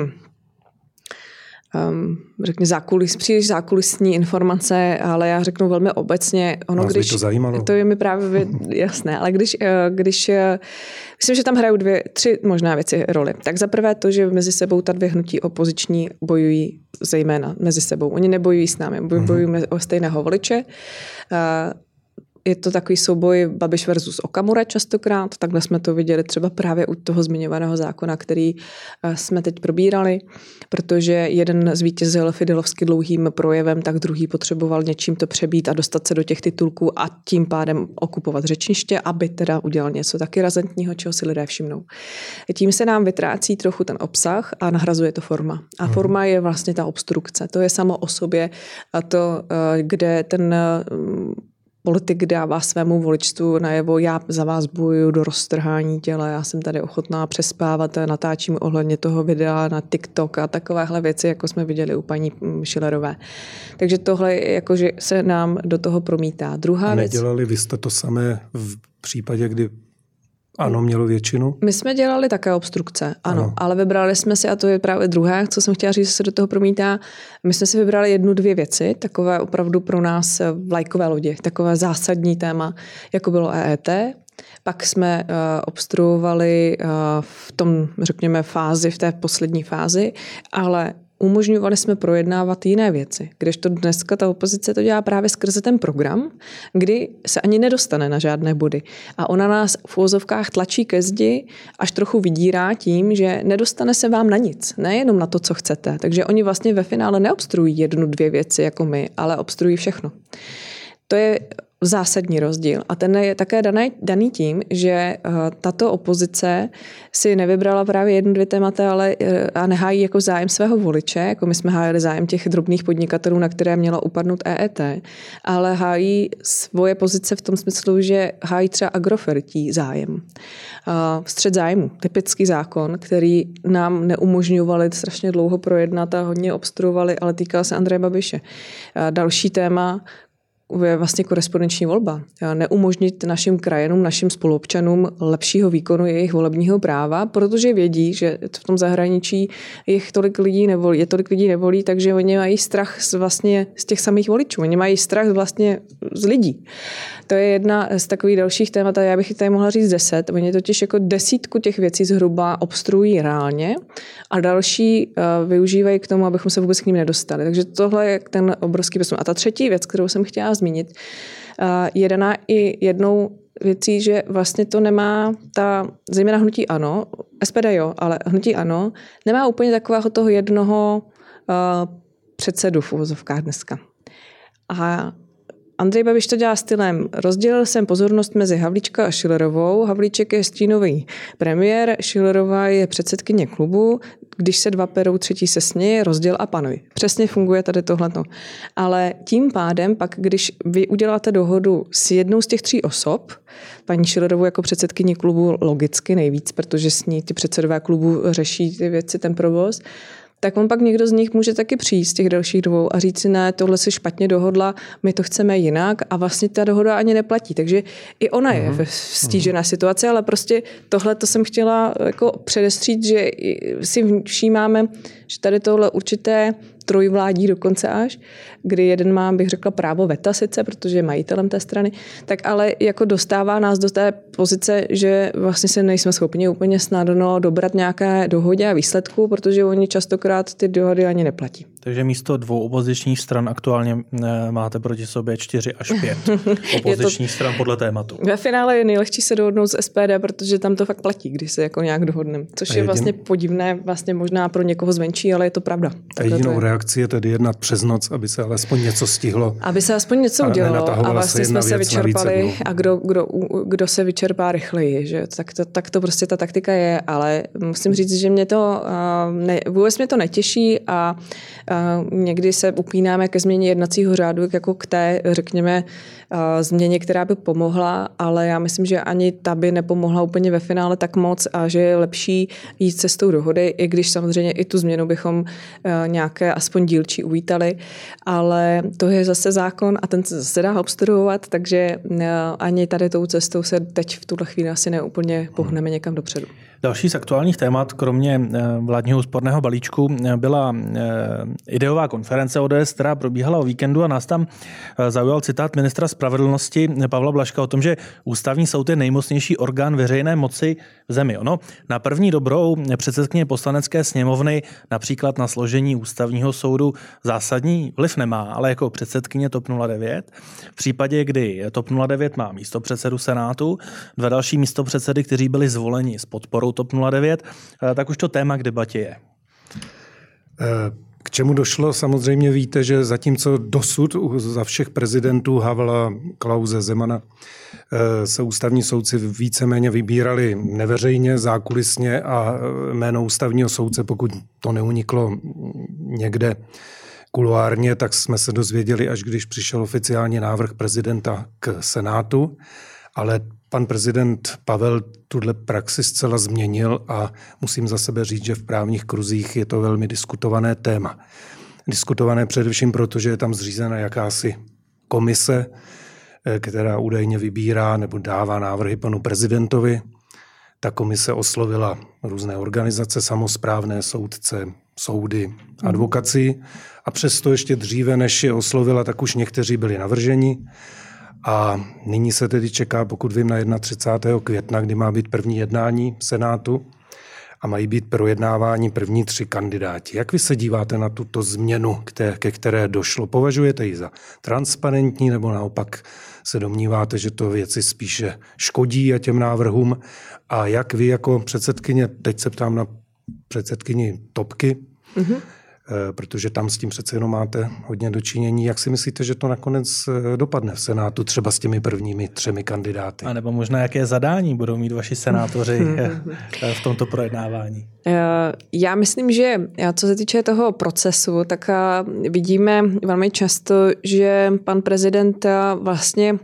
příliš zákulisní informace, ale já řeknu velmi obecně. Ono, když to zajímalo. To je mi právě jasné, ale když myslím, že tam hrajou 3 možná věci roli. Tak za prvé to, že mezi sebou ta 2 hnutí opoziční bojují zejména mezi sebou. Oni nebojují s námi, bojují o stejného voliče. Je to takový souboj Babiš versus Okamura častokrát. Takhle jsme to viděli třeba právě u toho zmiňovaného zákona, který jsme teď probírali, protože jeden zvítězil fidelovsky dlouhým projevem, tak druhý potřeboval něčím to přebít a dostat se do těch titulků a tím pádem okupovat řečniště, aby teda udělal něco taky razantního, čeho si lidé všimnou. Tím se nám vytrácí trochu ten obsah a nahrazuje to forma. A forma je vlastně ta obstrukce. To je samo o sobě a to, kde ten politik dává svému voličstvu najevo, já za vás bojuju do roztrhání těla, já jsem tady ochotná přespávat a natáčím ohledně toho videa na TikTok a takovéhle věci, jako jsme viděli u paní Schillerové. Takže tohle jakože se nám do toho promítá. Druhá věc. Nedělali vy jste to samé v případě, kdy ANO mělo většinu? My jsme dělali také obstrukce, ano, ale vybrali jsme si, a to je právě druhé, co jsem chtěla říct, že se do toho promítá, my jsme si vybrali 1-2 věci, takové opravdu pro nás vlajkové lodi, takové zásadní téma, jako bylo EET. Pak jsme obstruovali v tom, řekněme, v té poslední fázi, ale umožňovali jsme projednávat jiné věci, kdežto dneska ta opozice to dělá právě skrze ten program, kdy se ani nedostane na žádné body. A ona nás v uvozovkách tlačí ke zdi, až trochu vydírá tím, že nedostane se vám na nic, nejenom na to, co chcete. Takže oni vlastně ve finále neobstruují 1-2 věci jako my, ale obstruují všechno. To je zásadní rozdíl. A ten je také daný tím, že tato opozice si nevybrala právě 1-2 témata, ale a nehájí jako zájem svého voliče, jako my jsme hájili zájem těch drobných podnikatelů, na které mělo upadnout EET, ale hájí svoje pozice v tom smyslu, že hájí třeba agrofertí zájem. Střet zájmu, typický zákon, který nám neumožňovali strašně dlouho projednat a hodně obstruovali, ale týkal se Andreje Babiše. Další téma je vlastně korespondenční volba. Neumožnit našim krajanům, našim spoluobčanům lepšího výkonu jejich volebního práva, protože vědí, že v tom zahraničí je tolik lidí nevolí, takže oni mají strach vlastně z těch samých voličů. Oni mají strach vlastně z lidí. To je jedna z takových dalších témat, a já bych tady mohla říct 10. Oni totiž jako 10 těch věcí zhruba obstruují reálně a další využívají k tomu, abychom se vůbec k ním nedostali. Takže tohle je ten obrovský posun. A ta třetí věc, kterou jsem chtěla zmínit, je daná i jednou věcí, že vlastně to nemá zejména hnutí ANO, SPD jo, ale hnutí ANO nemá úplně takového toho jednoho předsedu v uvozovkách dneska. A Andrej Babiš to dělá stylem. Rozdělil jsem pozornost mezi Havlíčka a Schillerovou. Havlíček je stínový premiér, Schillerová je předsedkyně klubu. Když se dva perou, třetí se směje, rozděl a panuj. Přesně funguje tady tohleto. Ale tím pádem pak, když vy uděláte dohodu s jednou z těch 3 osob, paní Schillerovou jako předsedkyni klubu logicky nejvíc, protože s ní ty předsedové klubu řeší ty věci, ten provoz, tak on pak někdo z nich může taky přijít z těch dalších 2 a říct si, ne, tohle si špatně dohodla, my to chceme jinak a vlastně ta dohoda ani neplatí. Takže i ona je ve stížené situaci, ale prostě tohle to jsem chtěla jako předestřít, že si všímáme, že tady tohle určité trojvládí dokonce až, kdy jeden má, bych řekla, právo veta sice, protože je majitelem té strany, tak ale jako dostává nás do té pozice, že vlastně se nejsme schopni úplně snadno dobrat nějaké dohodě a výsledku, protože oni častokrát ty dohody ani neplatí. Takže místo 2 opozičních stran aktuálně máte proti sobě 4 až 5 opozičních stran podle tématu. Ve finále je nejlehčí se dohodnout s SPD, protože tam to fakt platí, když se jako nějak dohodneme. Což je vlastně podivné, vlastně možná pro někoho zvenčí, ale je to pravda. A jedinou reakci je tedy jednat přes noc, aby se alespoň něco stihlo. Aby se aspoň něco udělalo a vlastně jsme se vyčerpali a kdo se vyčerpá rychleji. Že? Tak to prostě ta taktika je, ale musím říct, že vůbec mě to netěší a někdy se upínáme ke změně jednacího řádu jako k té, řekněme, změně, která by pomohla, ale já myslím, že ani ta by nepomohla úplně ve finále tak moc a že je lepší jít cestou dohody, i když samozřejmě i tu změnu bychom nějaké aspoň dílčí uvítali, ale to je zase zákon a ten se zase dá obstruovat, takže ani tady tou cestou se teď v tuhle chvíli asi neúplně pohneme někam dopředu. Další z aktuálních témat, kromě vládního úsporného balíčku, byla ideová konference ODS, která probíhala o víkendu a nás tam zaujal citát ministra spravedlnosti Pavla Blažka o tom, že ústavní soud je nejmocnější orgán veřejné moci v zemi. Ono na první dobrou předsedkyně poslanecké sněmovny například na složení ústavního soudu zásadní vliv nemá, ale jako předsedkyně TOP 09, v případě, kdy TOP 09 má místopředsedu Senátu, 2 další místopředsedy, kteří byli zvoleni s podporou TOP 09, tak už to téma k debatě je. K čemu došlo? Samozřejmě víte, že zatímco dosud za všech prezidentů Havla, Klause, Zemana se ústavní soudci víceméně vybírali neveřejně, zákulisně a jméno ústavního soudce, pokud to neuniklo někde kuloárně, tak jsme se dozvěděli, až když přišel oficiální návrh prezidenta k Senátu, ale pan prezident Pavel tuhle praxi zcela změnil a musím za sebe říct, že v právních kruzích je to velmi diskutované téma. Diskutované především proto, že je tam zřízena jakási komise, která údajně vybírá nebo dává návrhy panu prezidentovi. Ta komise oslovila různé organizace, samosprávné soudce, soudy, advokaci a přesto ještě dříve, než je oslovila, tak už někteří byli navrženi. A nyní se tedy čeká, pokud vím, na 31. května, kdy má být první jednání Senátu a mají být projednávání první 3 kandidáti. Jak vy se díváte na tuto změnu, ke které došlo? Považujete ji za transparentní nebo naopak se domníváte, že to věci spíše škodí a těm návrhům? A jak vy jako předsedkyně, teď se ptám na předsedkyni Topky, protože tam s tím přece jenom máte hodně dočinění. Jak si myslíte, že to nakonec dopadne v Senátu, třeba s těmi prvními 3 kandidáty? A nebo možná jaké zadání budou mít vaši senátoři v tomto projednávání? Já myslím, že co se týče toho procesu, tak vidíme velmi často, že pan prezident vlastně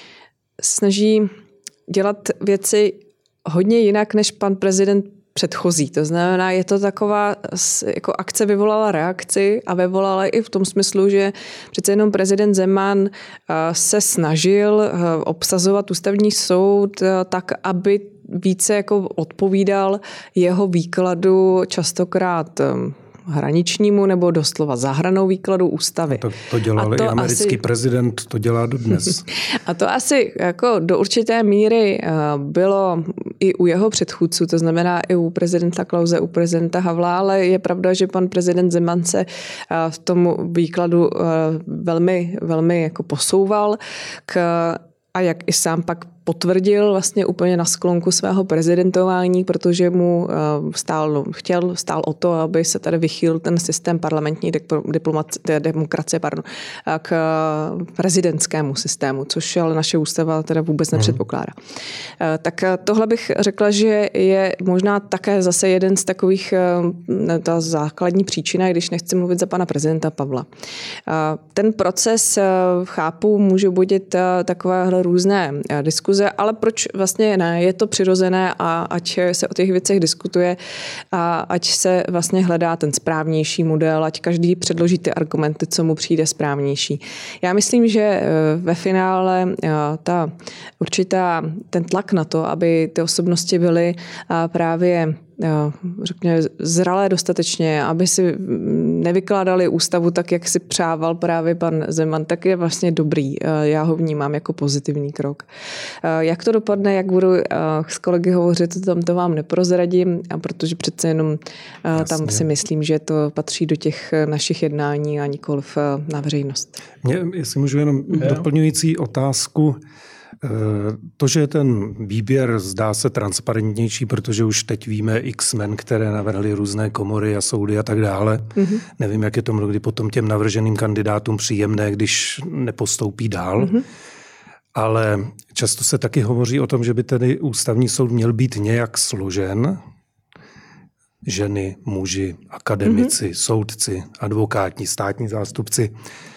snaží dělat věci hodně jinak, než pan prezident předchozí. To znamená, je to taková, jako akce vyvolala reakci a vyvolala i v tom smyslu, že přece jenom prezident Zeman se snažil obsazovat ústavní soud tak, aby více jako odpovídal jeho výkladu častokrát hraničnímu nebo doslova za hranou výkladu ústavy. To dělal i americký prezident, to dělá dodnes. A to asi jako do určité míry bylo i u jeho předchůdců, to znamená i u prezidenta Klause, u prezidenta Havla, ale je pravda, že pan prezident Zeman se v tomu výkladu velmi, velmi jako posouval a jak i sám pak potvrdil vlastně úplně na sklonku svého prezidentování, protože mu stál o to, aby se tady vychýlil ten systém parlamentní demokracie k prezidentskému systému, což ale naše ústava teda vůbec nepředpokládá. Tak tohle bych řekla, že je možná také zase jeden z takových, ta základní příčina, když nechci mluvit za pana prezidenta Pavla. Ten proces, chápu, může budit takovéhle různé diskuze, ale proč vlastně ne? Je to přirozené a ať se o těch věcech diskutuje a ať se vlastně hledá ten správnější model, ať každý předloží ty argumenty, co mu přijde správnější. Já myslím, že ve finále ten tlak na to, aby ty osobnosti byly právě řekněme, zralé dostatečně, aby si nevykládali ústavu tak, jak si přával právě pan Zeman, tak je vlastně dobrý. Já ho vnímám jako pozitivní krok. Jak to dopadne, jak budu s kolegy hovořit, to vám neprozradím, protože přece jenom tam si myslím, že to patří do těch našich jednání a nikoliv na veřejnost. Jestli můžu jenom doplňující otázku. To, že ten výběr zdá se transparentnější, protože už teď víme X-men, které navrhly různé komory a soudy a tak dále. Mm-hmm. Nevím, jak je to mnohdy potom těm navrženým kandidátům příjemné, když nepostoupí dál. Mm-hmm. Ale často se taky hovoří o tom, že by tedy ústavní soud měl být nějak složen. Ženy, muži, akademici, soudci, advokáti, státní zástupci.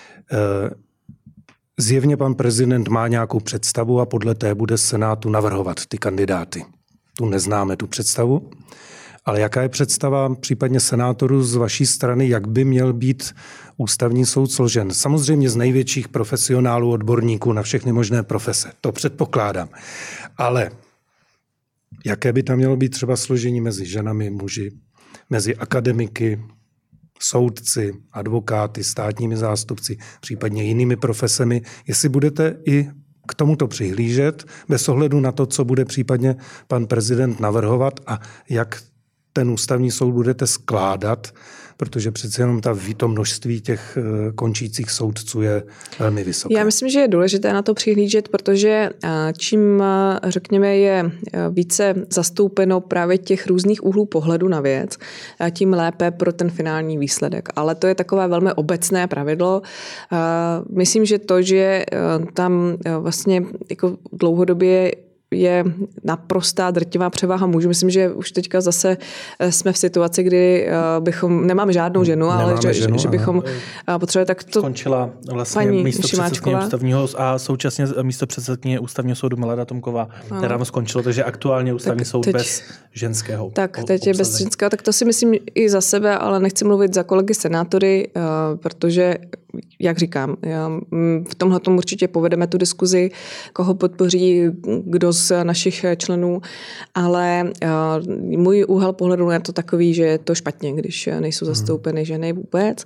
Zjevně pan prezident má nějakou představu a podle té bude Senátu navrhovat ty kandidáty. Tu neznáme, tu představu. Ale jaká je představa případně senátorů z vaší strany, jak by měl být ústavní soud složen? Samozřejmě z největších profesionálů, odborníků na všechny možné profese. To předpokládám. Ale jaké by tam mělo být třeba složení mezi ženami, muži, mezi akademiky, soudci, advokáty, státními zástupci, případně jinými profesemi, jestli budete i k tomuto přihlížet, bez ohledu na to, co bude případně pan prezident navrhovat a jak ten ústavní soud budete skládat, protože přece jenom to množství těch končících soudců je velmi vysoké. Já myslím, že je důležité na to přihlížet, protože čím, řekněme, je více zastoupeno právě těch různých úhlů pohledu na věc, tím lépe pro ten finální výsledek. Ale to je takové velmi obecné pravidlo. Myslím, že to, že tam vlastně jako dlouhodobě je naprostá drtivá převaha mužů. Myslím, že už teďka zase jsme v situaci, kdy nemáme žádnou ženu, ale že bychom potřebovali takto. Skončila vlastně místopředsedkyně ústavního a současně místopředsedkyně ústavního soudu Milada Tomková. Nedávno skončilo, takže aktuálně ústavní soud bez ženského. Tak teď je bez ženského, tak to si myslím i za sebe, ale nechci mluvit za kolegy senátory, protože jak říkám, v tomhletom určitě povedeme tu diskuzi, koho podpoří, kdo z našich členů, ale můj úhel pohledu je to takový, že je to špatně, když nejsou zastoupeny ženy vůbec.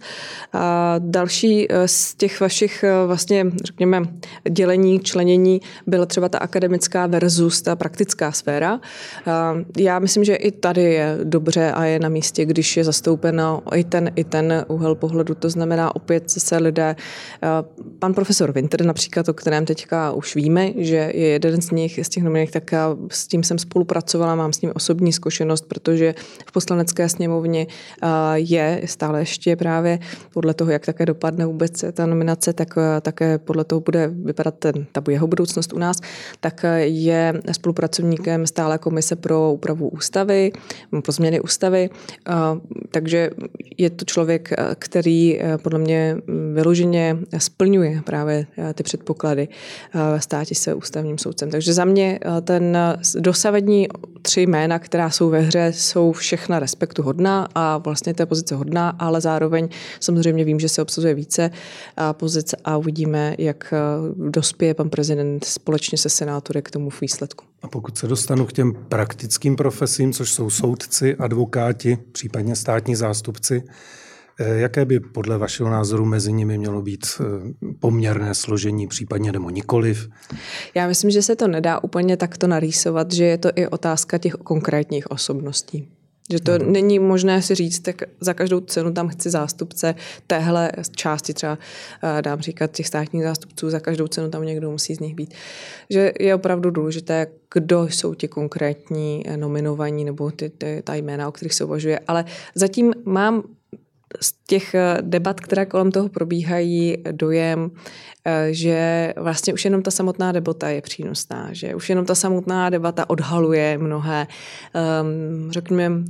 Další z těch vašich vlastně, řekněme, dělení, členění byla třeba ta akademická versus ta praktická sféra. Já myslím, že i tady je dobře a je na místě, když je zastoupeno i ten úhel pohledu, to znamená opět se lidé. Pan profesor Winter například, o kterém teďka už víme, že je jeden z nich, z těch nominovaných, tak já s tím jsem spolupracovala, mám s ním osobní zkušenost, protože v poslanecké sněmovně je stále ještě právě podle toho, jak také dopadne vůbec ta nominace, tak také podle toho bude vypadat ta jeho budoucnost u nás, tak je spolupracovníkem stále komise pro úpravu ústavy, pro změny ústavy, takže je to člověk, který podle mě vyloženě splňuje právě ty předpoklady státě se ústavním soudcem. Takže za mě ten dosavadní 3 jména, která jsou ve hře, jsou všechna respektu hodná a vlastně té pozice hodná, ale zároveň samozřejmě vím, že se obsazuje více pozic a uvidíme, jak dospěje pan prezident společně se senátory k tomu výsledku. A pokud se dostanu k těm praktickým profesím, což jsou soudci, advokáti, případně státní zástupci, jaké by podle vašeho názoru mezi nimi mělo být poměrné složení, případně nebo nikoliv? Já myslím, že se to nedá úplně takto narýsovat, že je to i otázka těch konkrétních osobností. Že to není možné si říct, tak za každou cenu tam chci zástupce téhle části, třeba dám říkat těch státních zástupců, za každou cenu tam někdo musí z nich být. Že je opravdu důležité, kdo jsou ti konkrétní nominovaní nebo ta jména, o kterých se uvažuje. Ale zatím mám z těch debat, které kolem toho probíhají, dojem, že vlastně už jenom ta samotná debata je přínosná, že už jenom ta samotná debata odhaluje mnohé, řekněme,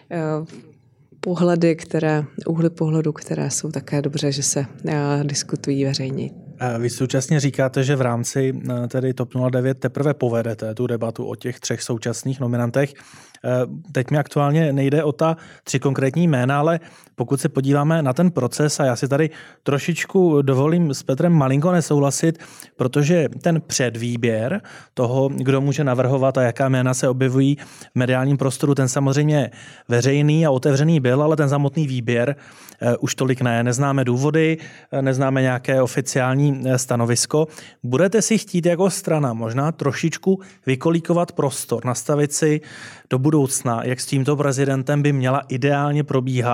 úhly pohledu, které jsou také dobře, že se diskutují veřejně. Vy současně říkáte, že v rámci tedy TOP 09 teprve povedete tu debatu o těch 3 současných nominantech. Teď mi aktuálně nejde o ta 3 konkrétní jména, ale pokud se podíváme na ten proces, a já si tady trošičku dovolím s Petrem malinko nesouhlasit, protože ten předvýběr toho, kdo může navrhovat a jaká jména se objevují v mediálním prostoru, ten samozřejmě veřejný a otevřený byl, ale ten samotný výběr už tolik ne. Neznáme důvody, neznáme nějaké oficiální stanovisko. Budete si chtít jako strana možná trošičku vykolíkovat prostor, nastavit si do budoucna, jak s tímto prezidentem by mělo ideálně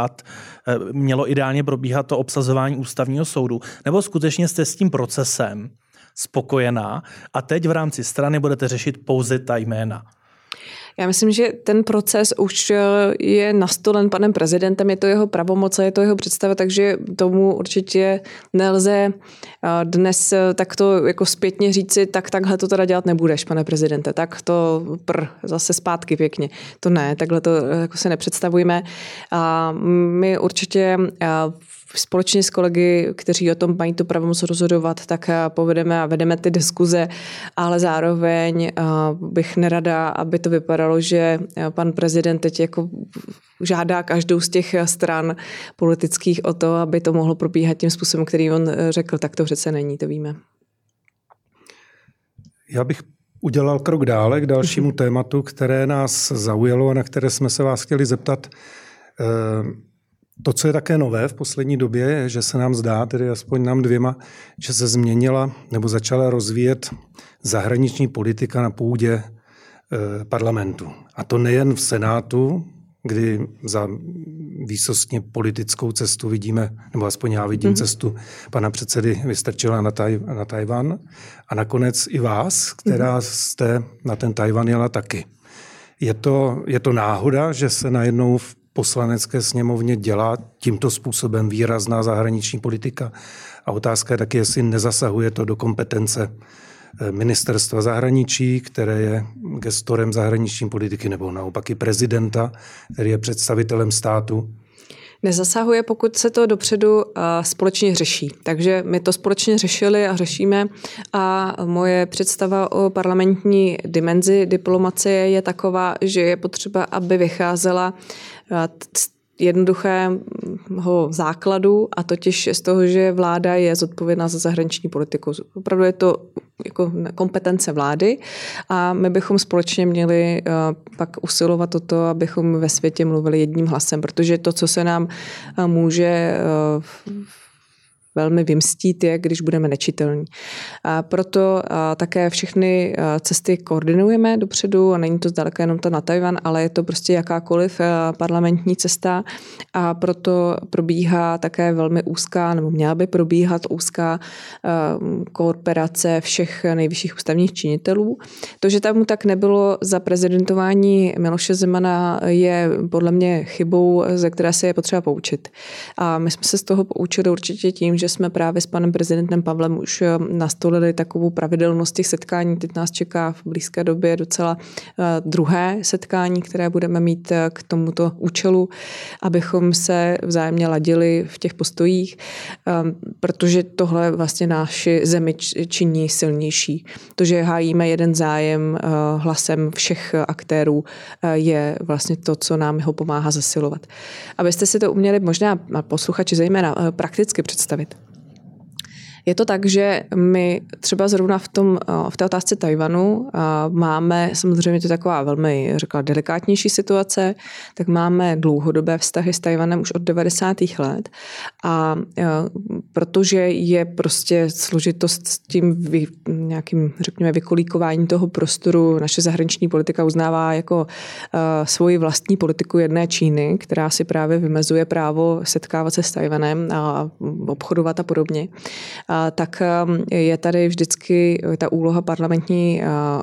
probíhat to obsazování ústavního soudu, nebo skutečně jste s tím procesem spokojená a teď v rámci strany budete řešit pouze ta jména? Já myslím, že ten proces už je nastolen panem prezidentem, je to jeho pravomoc, je to jeho představa, takže tomu určitě nelze dnes takto jako zpětně říci, takhle to teda dělat nebudeš, pane prezidente, tak to zase zpátky pěkně. To ne, takhle to jako se nepředstavujeme. A my určitě společně s kolegy, kteří o tom mají tu pravomoc rozhodovat, tak povedeme a vedeme ty diskuze, ale zároveň bych nerada, aby to vypadalo, že pan prezident teď jako žádá každou z těch stran politických o to, aby to mohlo probíhat tím způsobem, který on řekl, tak to přece není, to víme. Já bych udělal krok dále k dalšímu tématu, které nás zaujalo a na které jsme se vás chtěli zeptat. To, co je také nové v poslední době, je, že se nám zdá, tedy aspoň nám dvěma, že se změnila nebo začala rozvíjet zahraniční politika na půdě parlamentu. A to nejen v Senátu, kdy za výsostně politickou cestu vidíme, nebo aspoň já vidím cestu pana předsedy Vystrčila na Tajvan a nakonec i vás, která jste na ten Tajvan jela taky. Je to náhoda, že se najednou v Poslanecké sněmovně dělá tímto způsobem výrazná zahraniční politika. A otázka je taky, jestli nezasahuje to do kompetence ministerstva zahraničí, které je gestorem zahraniční politiky, nebo naopak i prezidenta, který je představitelem státu. Nezasahuje, pokud se to dopředu společně řeší. Takže my to společně řešili a řešíme a moje představa o parlamentní dimenzi diplomacie je taková, že je potřeba, aby vycházela jednoduchého základu a totiž z toho, že vláda je zodpovědná za zahraniční politiku. Opravdu je to jako kompetence vlády a my bychom společně měli pak usilovat o to, abychom ve světě mluvili jedním hlasem, protože to, co se nám může velmi vymstít, je, když budeme nečitelní. A proto také všechny cesty koordinujeme dopředu a není to zdaleka jenom to na Tajvan, ale je to prostě jakákoliv parlamentní cesta a proto probíhá také velmi úzká, nebo měla by probíhat úzká kooperace všech nejvyšších ústavních činitelů. To, že tam tak nebylo za prezidentování Miloše Zemana, je podle mě chybou, ze které se je potřeba poučit. A my jsme se z toho poučili určitě tím, že jsme právě s panem prezidentem Pavlem už nastolili takovou pravidelnost těch setkání. Teď nás čeká v blízké době docela druhé setkání, které budeme mít k tomuto účelu, abychom se vzájemně ladili v těch postojích, protože tohle vlastně naši zemi činí silnější. To, že hájíme jeden zájem hlasem všech aktérů, je vlastně to, co nám ho pomáhá zasilovat. Abyste si to uměli možná posluchači zejména prakticky představit. Je to tak, že my třeba zrovna v té otázce Tchaj-wanu máme, samozřejmě to je taková velmi, řekla, delikátnější situace, tak máme dlouhodobé vztahy s Tchaj-wanem už od 90. let a protože je prostě složitost s tím nějakým, řekněme, vykolíkováním toho prostoru, naše zahraniční politika uznává jako svoji vlastní politiku jedné Číny, která si právě vymezuje právo setkávat se s Tchaj-wanem a obchodovat a podobně. Tak je tady vždycky ta úloha parlamentní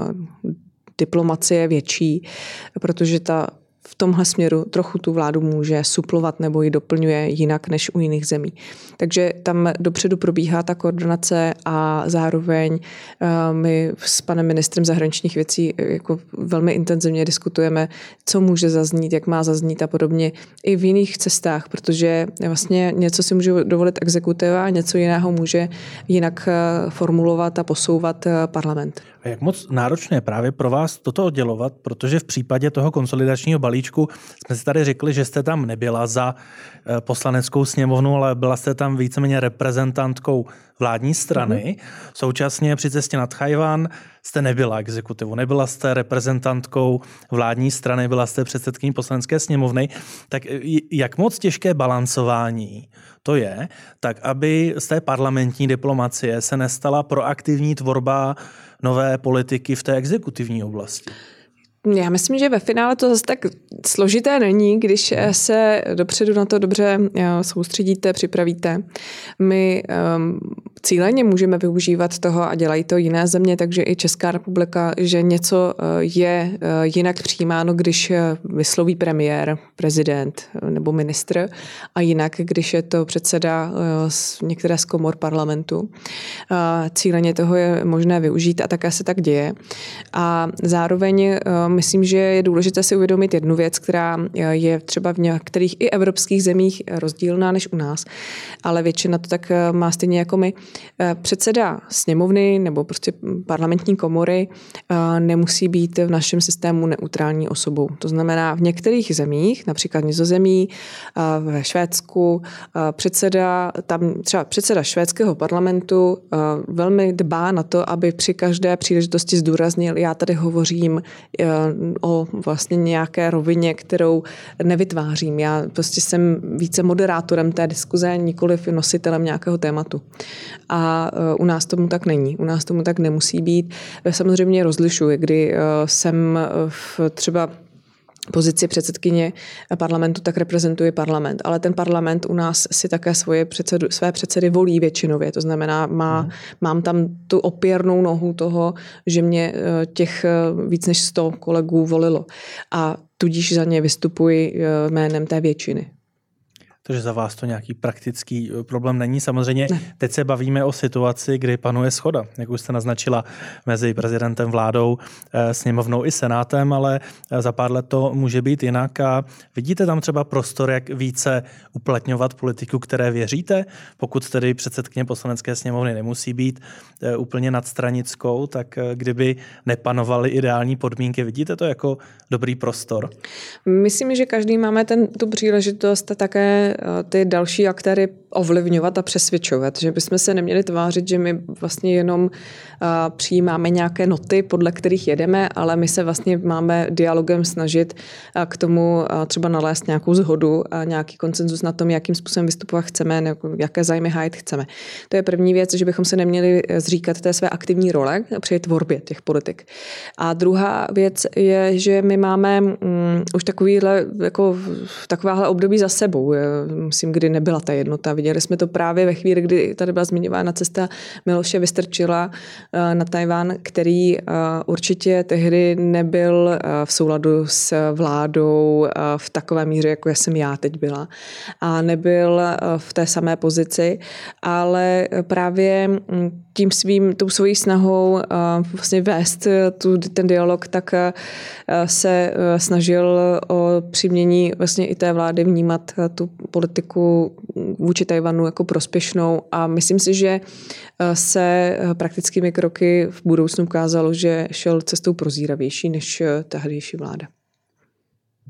diplomacie větší, protože v tomhle směru trochu tu vládu může suplovat nebo ji doplňuje jinak než u jiných zemí. Takže tam dopředu probíhá ta koordinace a zároveň my s panem ministrem zahraničních věcí jako velmi intenzivně diskutujeme, co může zaznít, jak má zaznít a podobně i v jiných cestách, protože vlastně něco si může dovolit exekutiva a něco jiného může jinak formulovat a posouvat parlament. A jak moc náročné je právě pro vás toto oddělovat, protože v případě toho konsolidačního balíčku jsme si tady řekli, že jste tam nebyla za poslaneckou sněmovnu, ale byla jste tam víceméně reprezentantkou vládní strany. Současně při cestě na Tchaj-wan jste nebyla exekutivu, nebyla jste reprezentantkou vládní strany, byla jste předsedkyní poslanecké sněmovny. Tak jak moc těžké balancování to je, tak aby z té parlamentní diplomacie se nestala proaktivní tvorba nové politiky v té exekutivní oblasti? Já myslím, že ve finále to zase tak složité není, když se dopředu na to dobře soustředíte, připravíte. My cíleně můžeme využívat toho a dělají to jiné země, takže i Česká republika, že něco je jinak přijímáno, když vysloví premiér, prezident nebo ministr a jinak, když je to předseda některé z komor parlamentu. Cíleně toho je možné využít a také se tak děje. A zároveň myslím, že je důležité si uvědomit jednu věc, která je třeba v některých i evropských zemích rozdílná než u nás, ale většina to tak má stejně jako my. Předseda sněmovny nebo prostě parlamentní komory nemusí být v našem systému neutrální osobou. To znamená v některých zemích, například Nizozemí, ve Švédsku, předseda švédského parlamentu velmi dbá na to, aby při každé příležitosti zdůraznil, já tady hovořím o vlastně nějaké rovině, kterou nevytvářím. Já prostě jsem více moderátorem té diskuze, nikoliv nositelem nějakého tématu. A u nás tomu tak není. U nás tomu tak nemusí být. Samozřejmě rozlišuji, kdy jsem třeba pozici předsedkyně parlamentu, tak reprezentuje parlament. Ale ten parlament u nás si také své předsedy volí většinově. To znamená, mám tam tu opěrnou nohu toho, že mě těch víc než 100 kolegů volilo. A tudíž za ně vystupuji jménem té většiny. Takže za vás to nějaký praktický problém není. Samozřejmě teď se bavíme o situaci, kdy panuje shoda, jak už jste naznačila, mezi prezidentem, vládou, sněmovnou i senátem, ale za pár let to může být jinak. A vidíte tam třeba prostor, jak více uplatňovat politiku, které věříte? Pokud tedy předsedkyně poslanecké sněmovny nemusí být úplně nadstranickou, tak kdyby nepanovaly ideální podmínky, vidíte to jako dobrý prostor? Myslím, že každý máme tu příležitost také ty další aktéry ovlivňovat a přesvědčovat, že bychom se neměli tvářit, že my vlastně jenom přijímáme nějaké noty, podle kterých jedeme, ale my se vlastně máme dialogem snažit k tomu třeba nalézt nějakou shodu a nějaký konsenzus na tom, jakým způsobem vystupovat chceme, jaké zájmy hájit chceme. To je první věc, že bychom se neměli zříkat té své aktivní role při tvorbě těch politik. A druhá věc je, že my máme už takováhle období za sebou. Myslím, kdy nebyla ta jednota. Viděli jsme to právě ve chvíli, kdy tady byla zmiňována cesta Miloše Vystrčila na Tchaj-wan, který určitě tehdy nebyl v souladu s vládou v takové míře, jako jsem já teď byla. A nebyl v té samé pozici, ale právě tou svojí snahou vlastně vést ten dialog, tak se snažil o přimění vlastně i té vlády vnímat tu politiku vůči Tchaj-wanu jako prospěšnou a myslím si, že se praktickými kroky v budoucnu ukázalo, že šel cestou prozíravější než tehdejší vláda.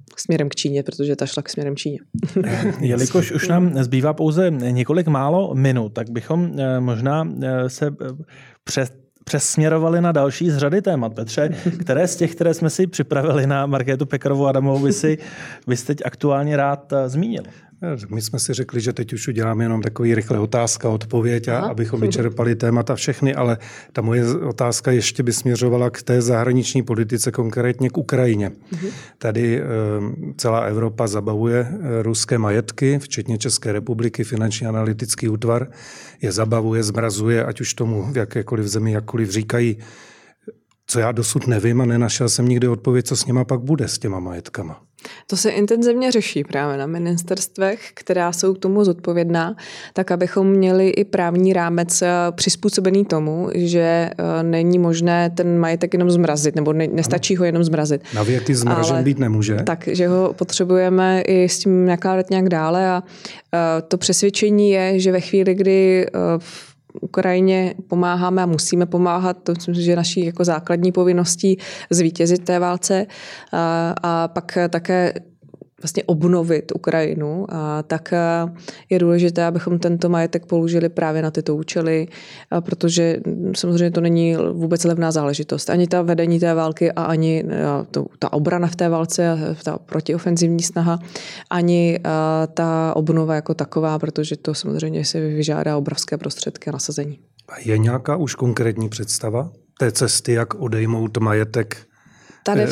směrem k Číně, protože ta šla k směrem Číně. Jelikož už nám zbývá pouze několik málo minut, tak bychom možná se přesměrovali na další z řady témat. Petře, které z těch, které jsme si připravili na Markétu Pekarovou Adamovou, bys teď aktuálně rád zmínil? My jsme si řekli, že teď už uděláme jenom takový rychle otázka, odpověď, abychom vyčerpali témata všechny, ale ta moje otázka ještě by směřovala k té zahraniční politice, konkrétně k Ukrajině. Tady celá Evropa zabavuje ruské majetky, včetně České republiky, Finanční analytický útvar je zabavuje, zmrazuje, ať už tomu v jakékoliv zemi, jakkoliv říkají, co já dosud nevím a nenašel jsem nikdy odpověď, co s nima pak bude, s těma majetkama. To se intenzivně řeší právě na ministerstvech, která jsou k tomu zodpovědná, tak abychom měli i právní rámec přizpůsobený tomu, že není možné ten majetek jenom zmrazit, nebo nestačí ho jenom zmrazit. Na věky zmražen být nemůže. Takže ho potřebujeme i s tím nakládat nějak dále a to přesvědčení je, že ve chvíli, kdy Ukrajině pomáháme a musíme pomáhat, to myslím, že je naší jako základní povinností zvítězit té válce a pak také vlastně obnovit Ukrajinu, tak je důležité, abychom tento majetek použili právě na tyto účely, protože samozřejmě to není vůbec levná záležitost. Ani ta vedení té války a ani ta obrana v té válce, ta protiofenzivní snaha, ani ta obnova jako taková, protože to samozřejmě si vyžádá obrovské prostředky a nasazení. A je nějaká už konkrétní představa té cesty, jak odejmout majetek tady v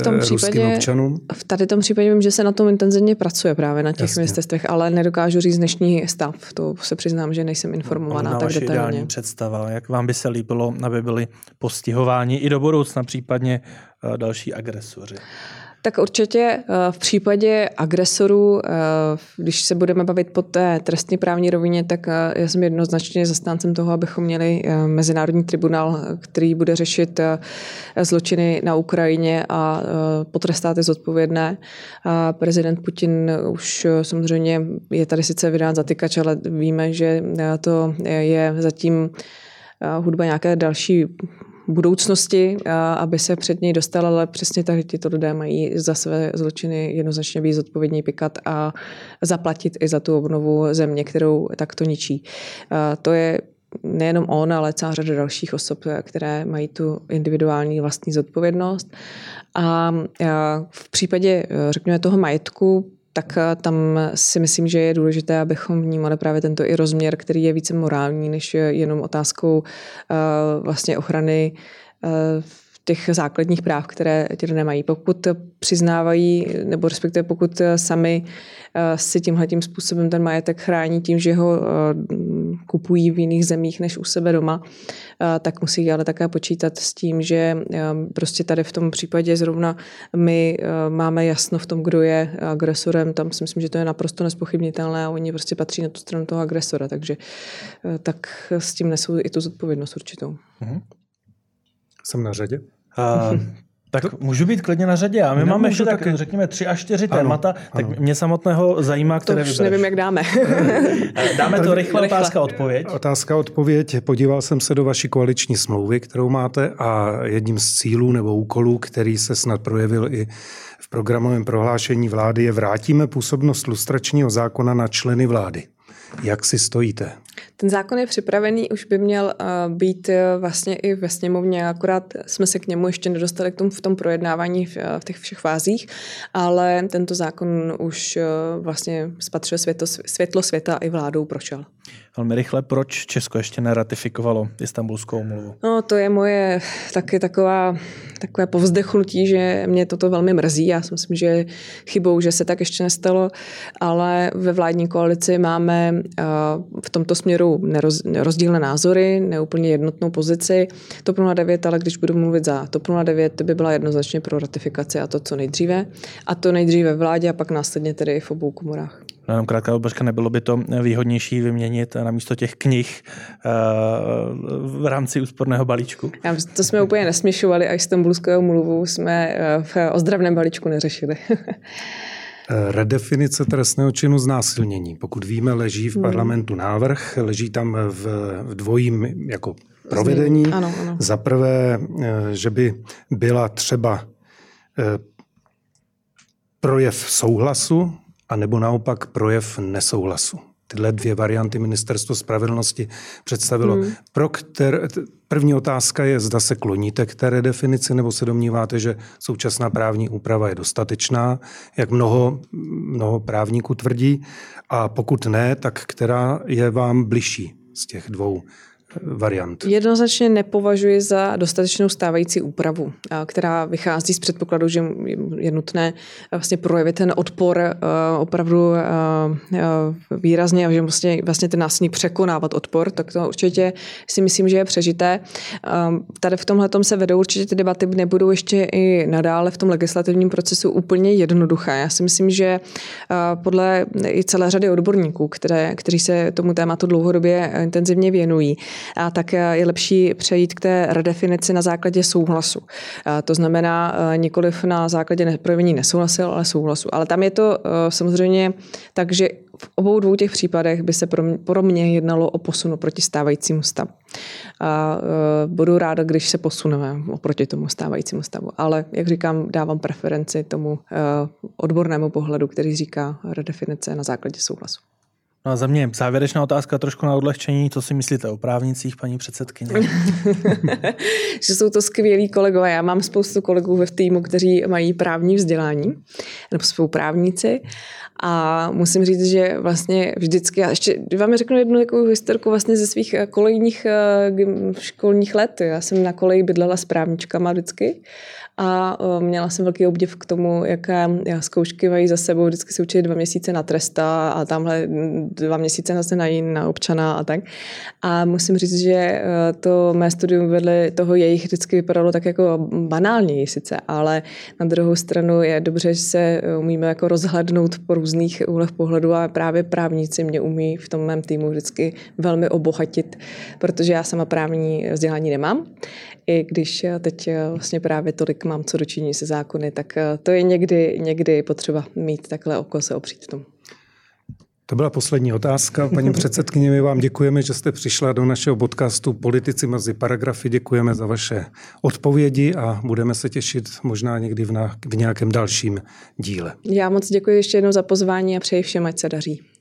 tom případě vím, že se na tom intenzivně pracuje právě na těch ministerstvech, ale nedokážu říct dnešní stav. To se přiznám, že nejsem informovaná tak detailně. Ideální představa, jak vám by se líbilo, aby byli postihováni i do budoucna případně další agresoři? Tak určitě v případě agresorů, když se budeme bavit po té trestně právní rovině, tak já jsem jednoznačně zastáncem toho, abychom měli mezinárodní tribunál, který bude řešit zločiny na Ukrajině a potrestá ty zodpovědné. Prezident Putin už samozřejmě je tady sice vydán zatykač, ale víme, že to je zatím hudba nějaké další budoucnosti, aby se před něj dostala, ale přesně tak tyto lidé mají za své zločiny jednoznačně být zodpovědní, pikat a zaplatit i za tu obnovu země, kterou takto ničí. To je nejenom on, ale celá řada dalších osob, které mají tu individuální vlastní zodpovědnost. A v případě, řekněme, toho majetku, tak tam si myslím, že je důležité, abychom vnímali právě tento i rozměr, který je více morální, než jenom otázkou vlastně ochrany těch základních práv, které ti lidé mají. Pokud přiznávají, nebo respektive pokud sami si tímhletím způsobem ten majetek chrání tím, že ho kupují v jiných zemích než u sebe doma, tak musí ale také počítat s tím, že prostě tady v tom případě zrovna my máme jasno v tom, kdo je agresorem. Tam si myslím, že to je naprosto nespochybnitelné a oni prostě patří na tu stranu toho agresora, takže tak s tím nesou i tu zodpovědnost určitou. Jsem na řadě? Tak můžu být klidně na řadě. A my máme ještě tak, řekněme, 3 až 4 témata, ano. Tak mě samotného zajímá, které vybereš. To už nevím, jak dáme. Dáme to rychle. Otázka-odpověď. Otázka-odpověď. Podíval jsem se do vaší koaliční smlouvy, kterou máte, a jedním z cílů nebo úkolů, který se snad projevil i v programovém prohlášení vlády, je vrátíme působnost lustračního zákona na členy vlády. Jak si stojíte? Ten zákon je připravený, už by měl být vlastně i ve sněmovně, akorát jsme se k němu ještě nedostali v tom projednávání v těch všech fázích, ale tento zákon už vlastně spatřuje světlo světa i vládou prošel. Velmi rychle, proč Česko ještě neratifikovalo Istanbulskou úmluvu? No, to je moje taky takové povzdechnutí, že mě toto velmi mrzí. Já si myslím, že je chybou, že se tak ještě nestalo, ale ve vládní koalici máme v tomto směru rozdílné názory, neúplně jednotnou pozici. TOP 09, ale když budu mluvit za TOP 09, to by byla jednoznačně pro ratifikaci a to co nejdříve. A to nejdříve ve vládě a pak následně tedy i v obou komorách. Jenom krátká odbočka, nebylo by to výhodnější vyměnit namísto těch knih v rámci úsporného balíčku? To jsme úplně nesměšovali a Istanbulskou úmluvu jsme v ozdravném balíčku neřešili. Redefinice trestného činu znásilnění. Pokud víme, leží v parlamentu návrh, leží tam v dvojím jako provedení. Ano. Za prvé, že by byla třeba projev souhlasu a nebo naopak projev nesouhlasu. Tyhle dvě varianty Ministerstvo spravedlnosti představilo. První otázka je, zda se kloníte k té redefinici, nebo se domníváte, že současná právní úprava je dostatečná, jak mnoho právníků tvrdí. A pokud ne, tak která je vám bližší z těch dvou variant? Jednoznačně nepovažuji za dostatečnou stávající úpravu, která vychází z předpokladu, že je nutné vlastně projevit ten odpor opravdu výrazně a že vlastně ten násilník překonávat odpor, tak to určitě si myslím, že je přežité. Tady v tomhletom se vedou určitě ty debaty, nebudou ještě i nadále v tom legislativním procesu úplně jednoduché. Já si myslím, že podle i celé řady odborníků, kteří se tomu tématu dlouhodobě intenzivně věnují, a tak je lepší přejít k té redefinici na základě souhlasu. To znamená nikoliv na základě projevení nesouhlasu, ale souhlasu. Ale tam je to samozřejmě tak, že v obou dvou těch případech by se pro mě jednalo o posun oproti stávajícímu stavu. A budu ráda, když se posuneme oproti tomu stávajícímu stavu. Ale, jak říkám, dávám preferenci tomu odbornému pohledu, který říká redefinice na základě souhlasu. No a za mě závěrečná otázka trošku na odlehčení. Co si myslíte o právnicích, paní předsedkyně? Že jsou to skvělí kolegové. Já mám spoustu kolegů ve týmu, kteří mají právní vzdělání, nebo jsou právníci. A musím říct, že vlastně vždycky, já ještě vám řeknu jednu takovou historku vlastně ze svých kolejních školních let. Já jsem na koleji bydlela s právničkama vždycky a měla jsem velký obdiv k tomu, jaké zkoušky mají za sebou. Vždycky se učili 2 měsíce na tresta a tamhle 2 měsíce zase na občana a tak. A musím říct, že to mé studium vedle toho jejich vždycky vypadalo tak jako banálněji sice, ale na druhou stranu je dobře, že se umíme jako rozhlednout po různých úhlech pohledu a právě právníci mě umí v tom mém týmu vždycky velmi obohatit, protože já sama právní vzdělání nemám. I když teď vlastně právě tolik mám co dočinění se zákony, tak to je někdy potřeba mít takhle oko se opřít v tom. To byla poslední otázka. Paní předsedkyně, my vám děkujeme, že jste přišla do našeho podcastu Politici mezi paragrafy. Děkujeme za vaše odpovědi a budeme se těšit možná někdy v nějakém dalším díle. Já moc děkuji ještě jednou za pozvání a přeji všem, ať se daří.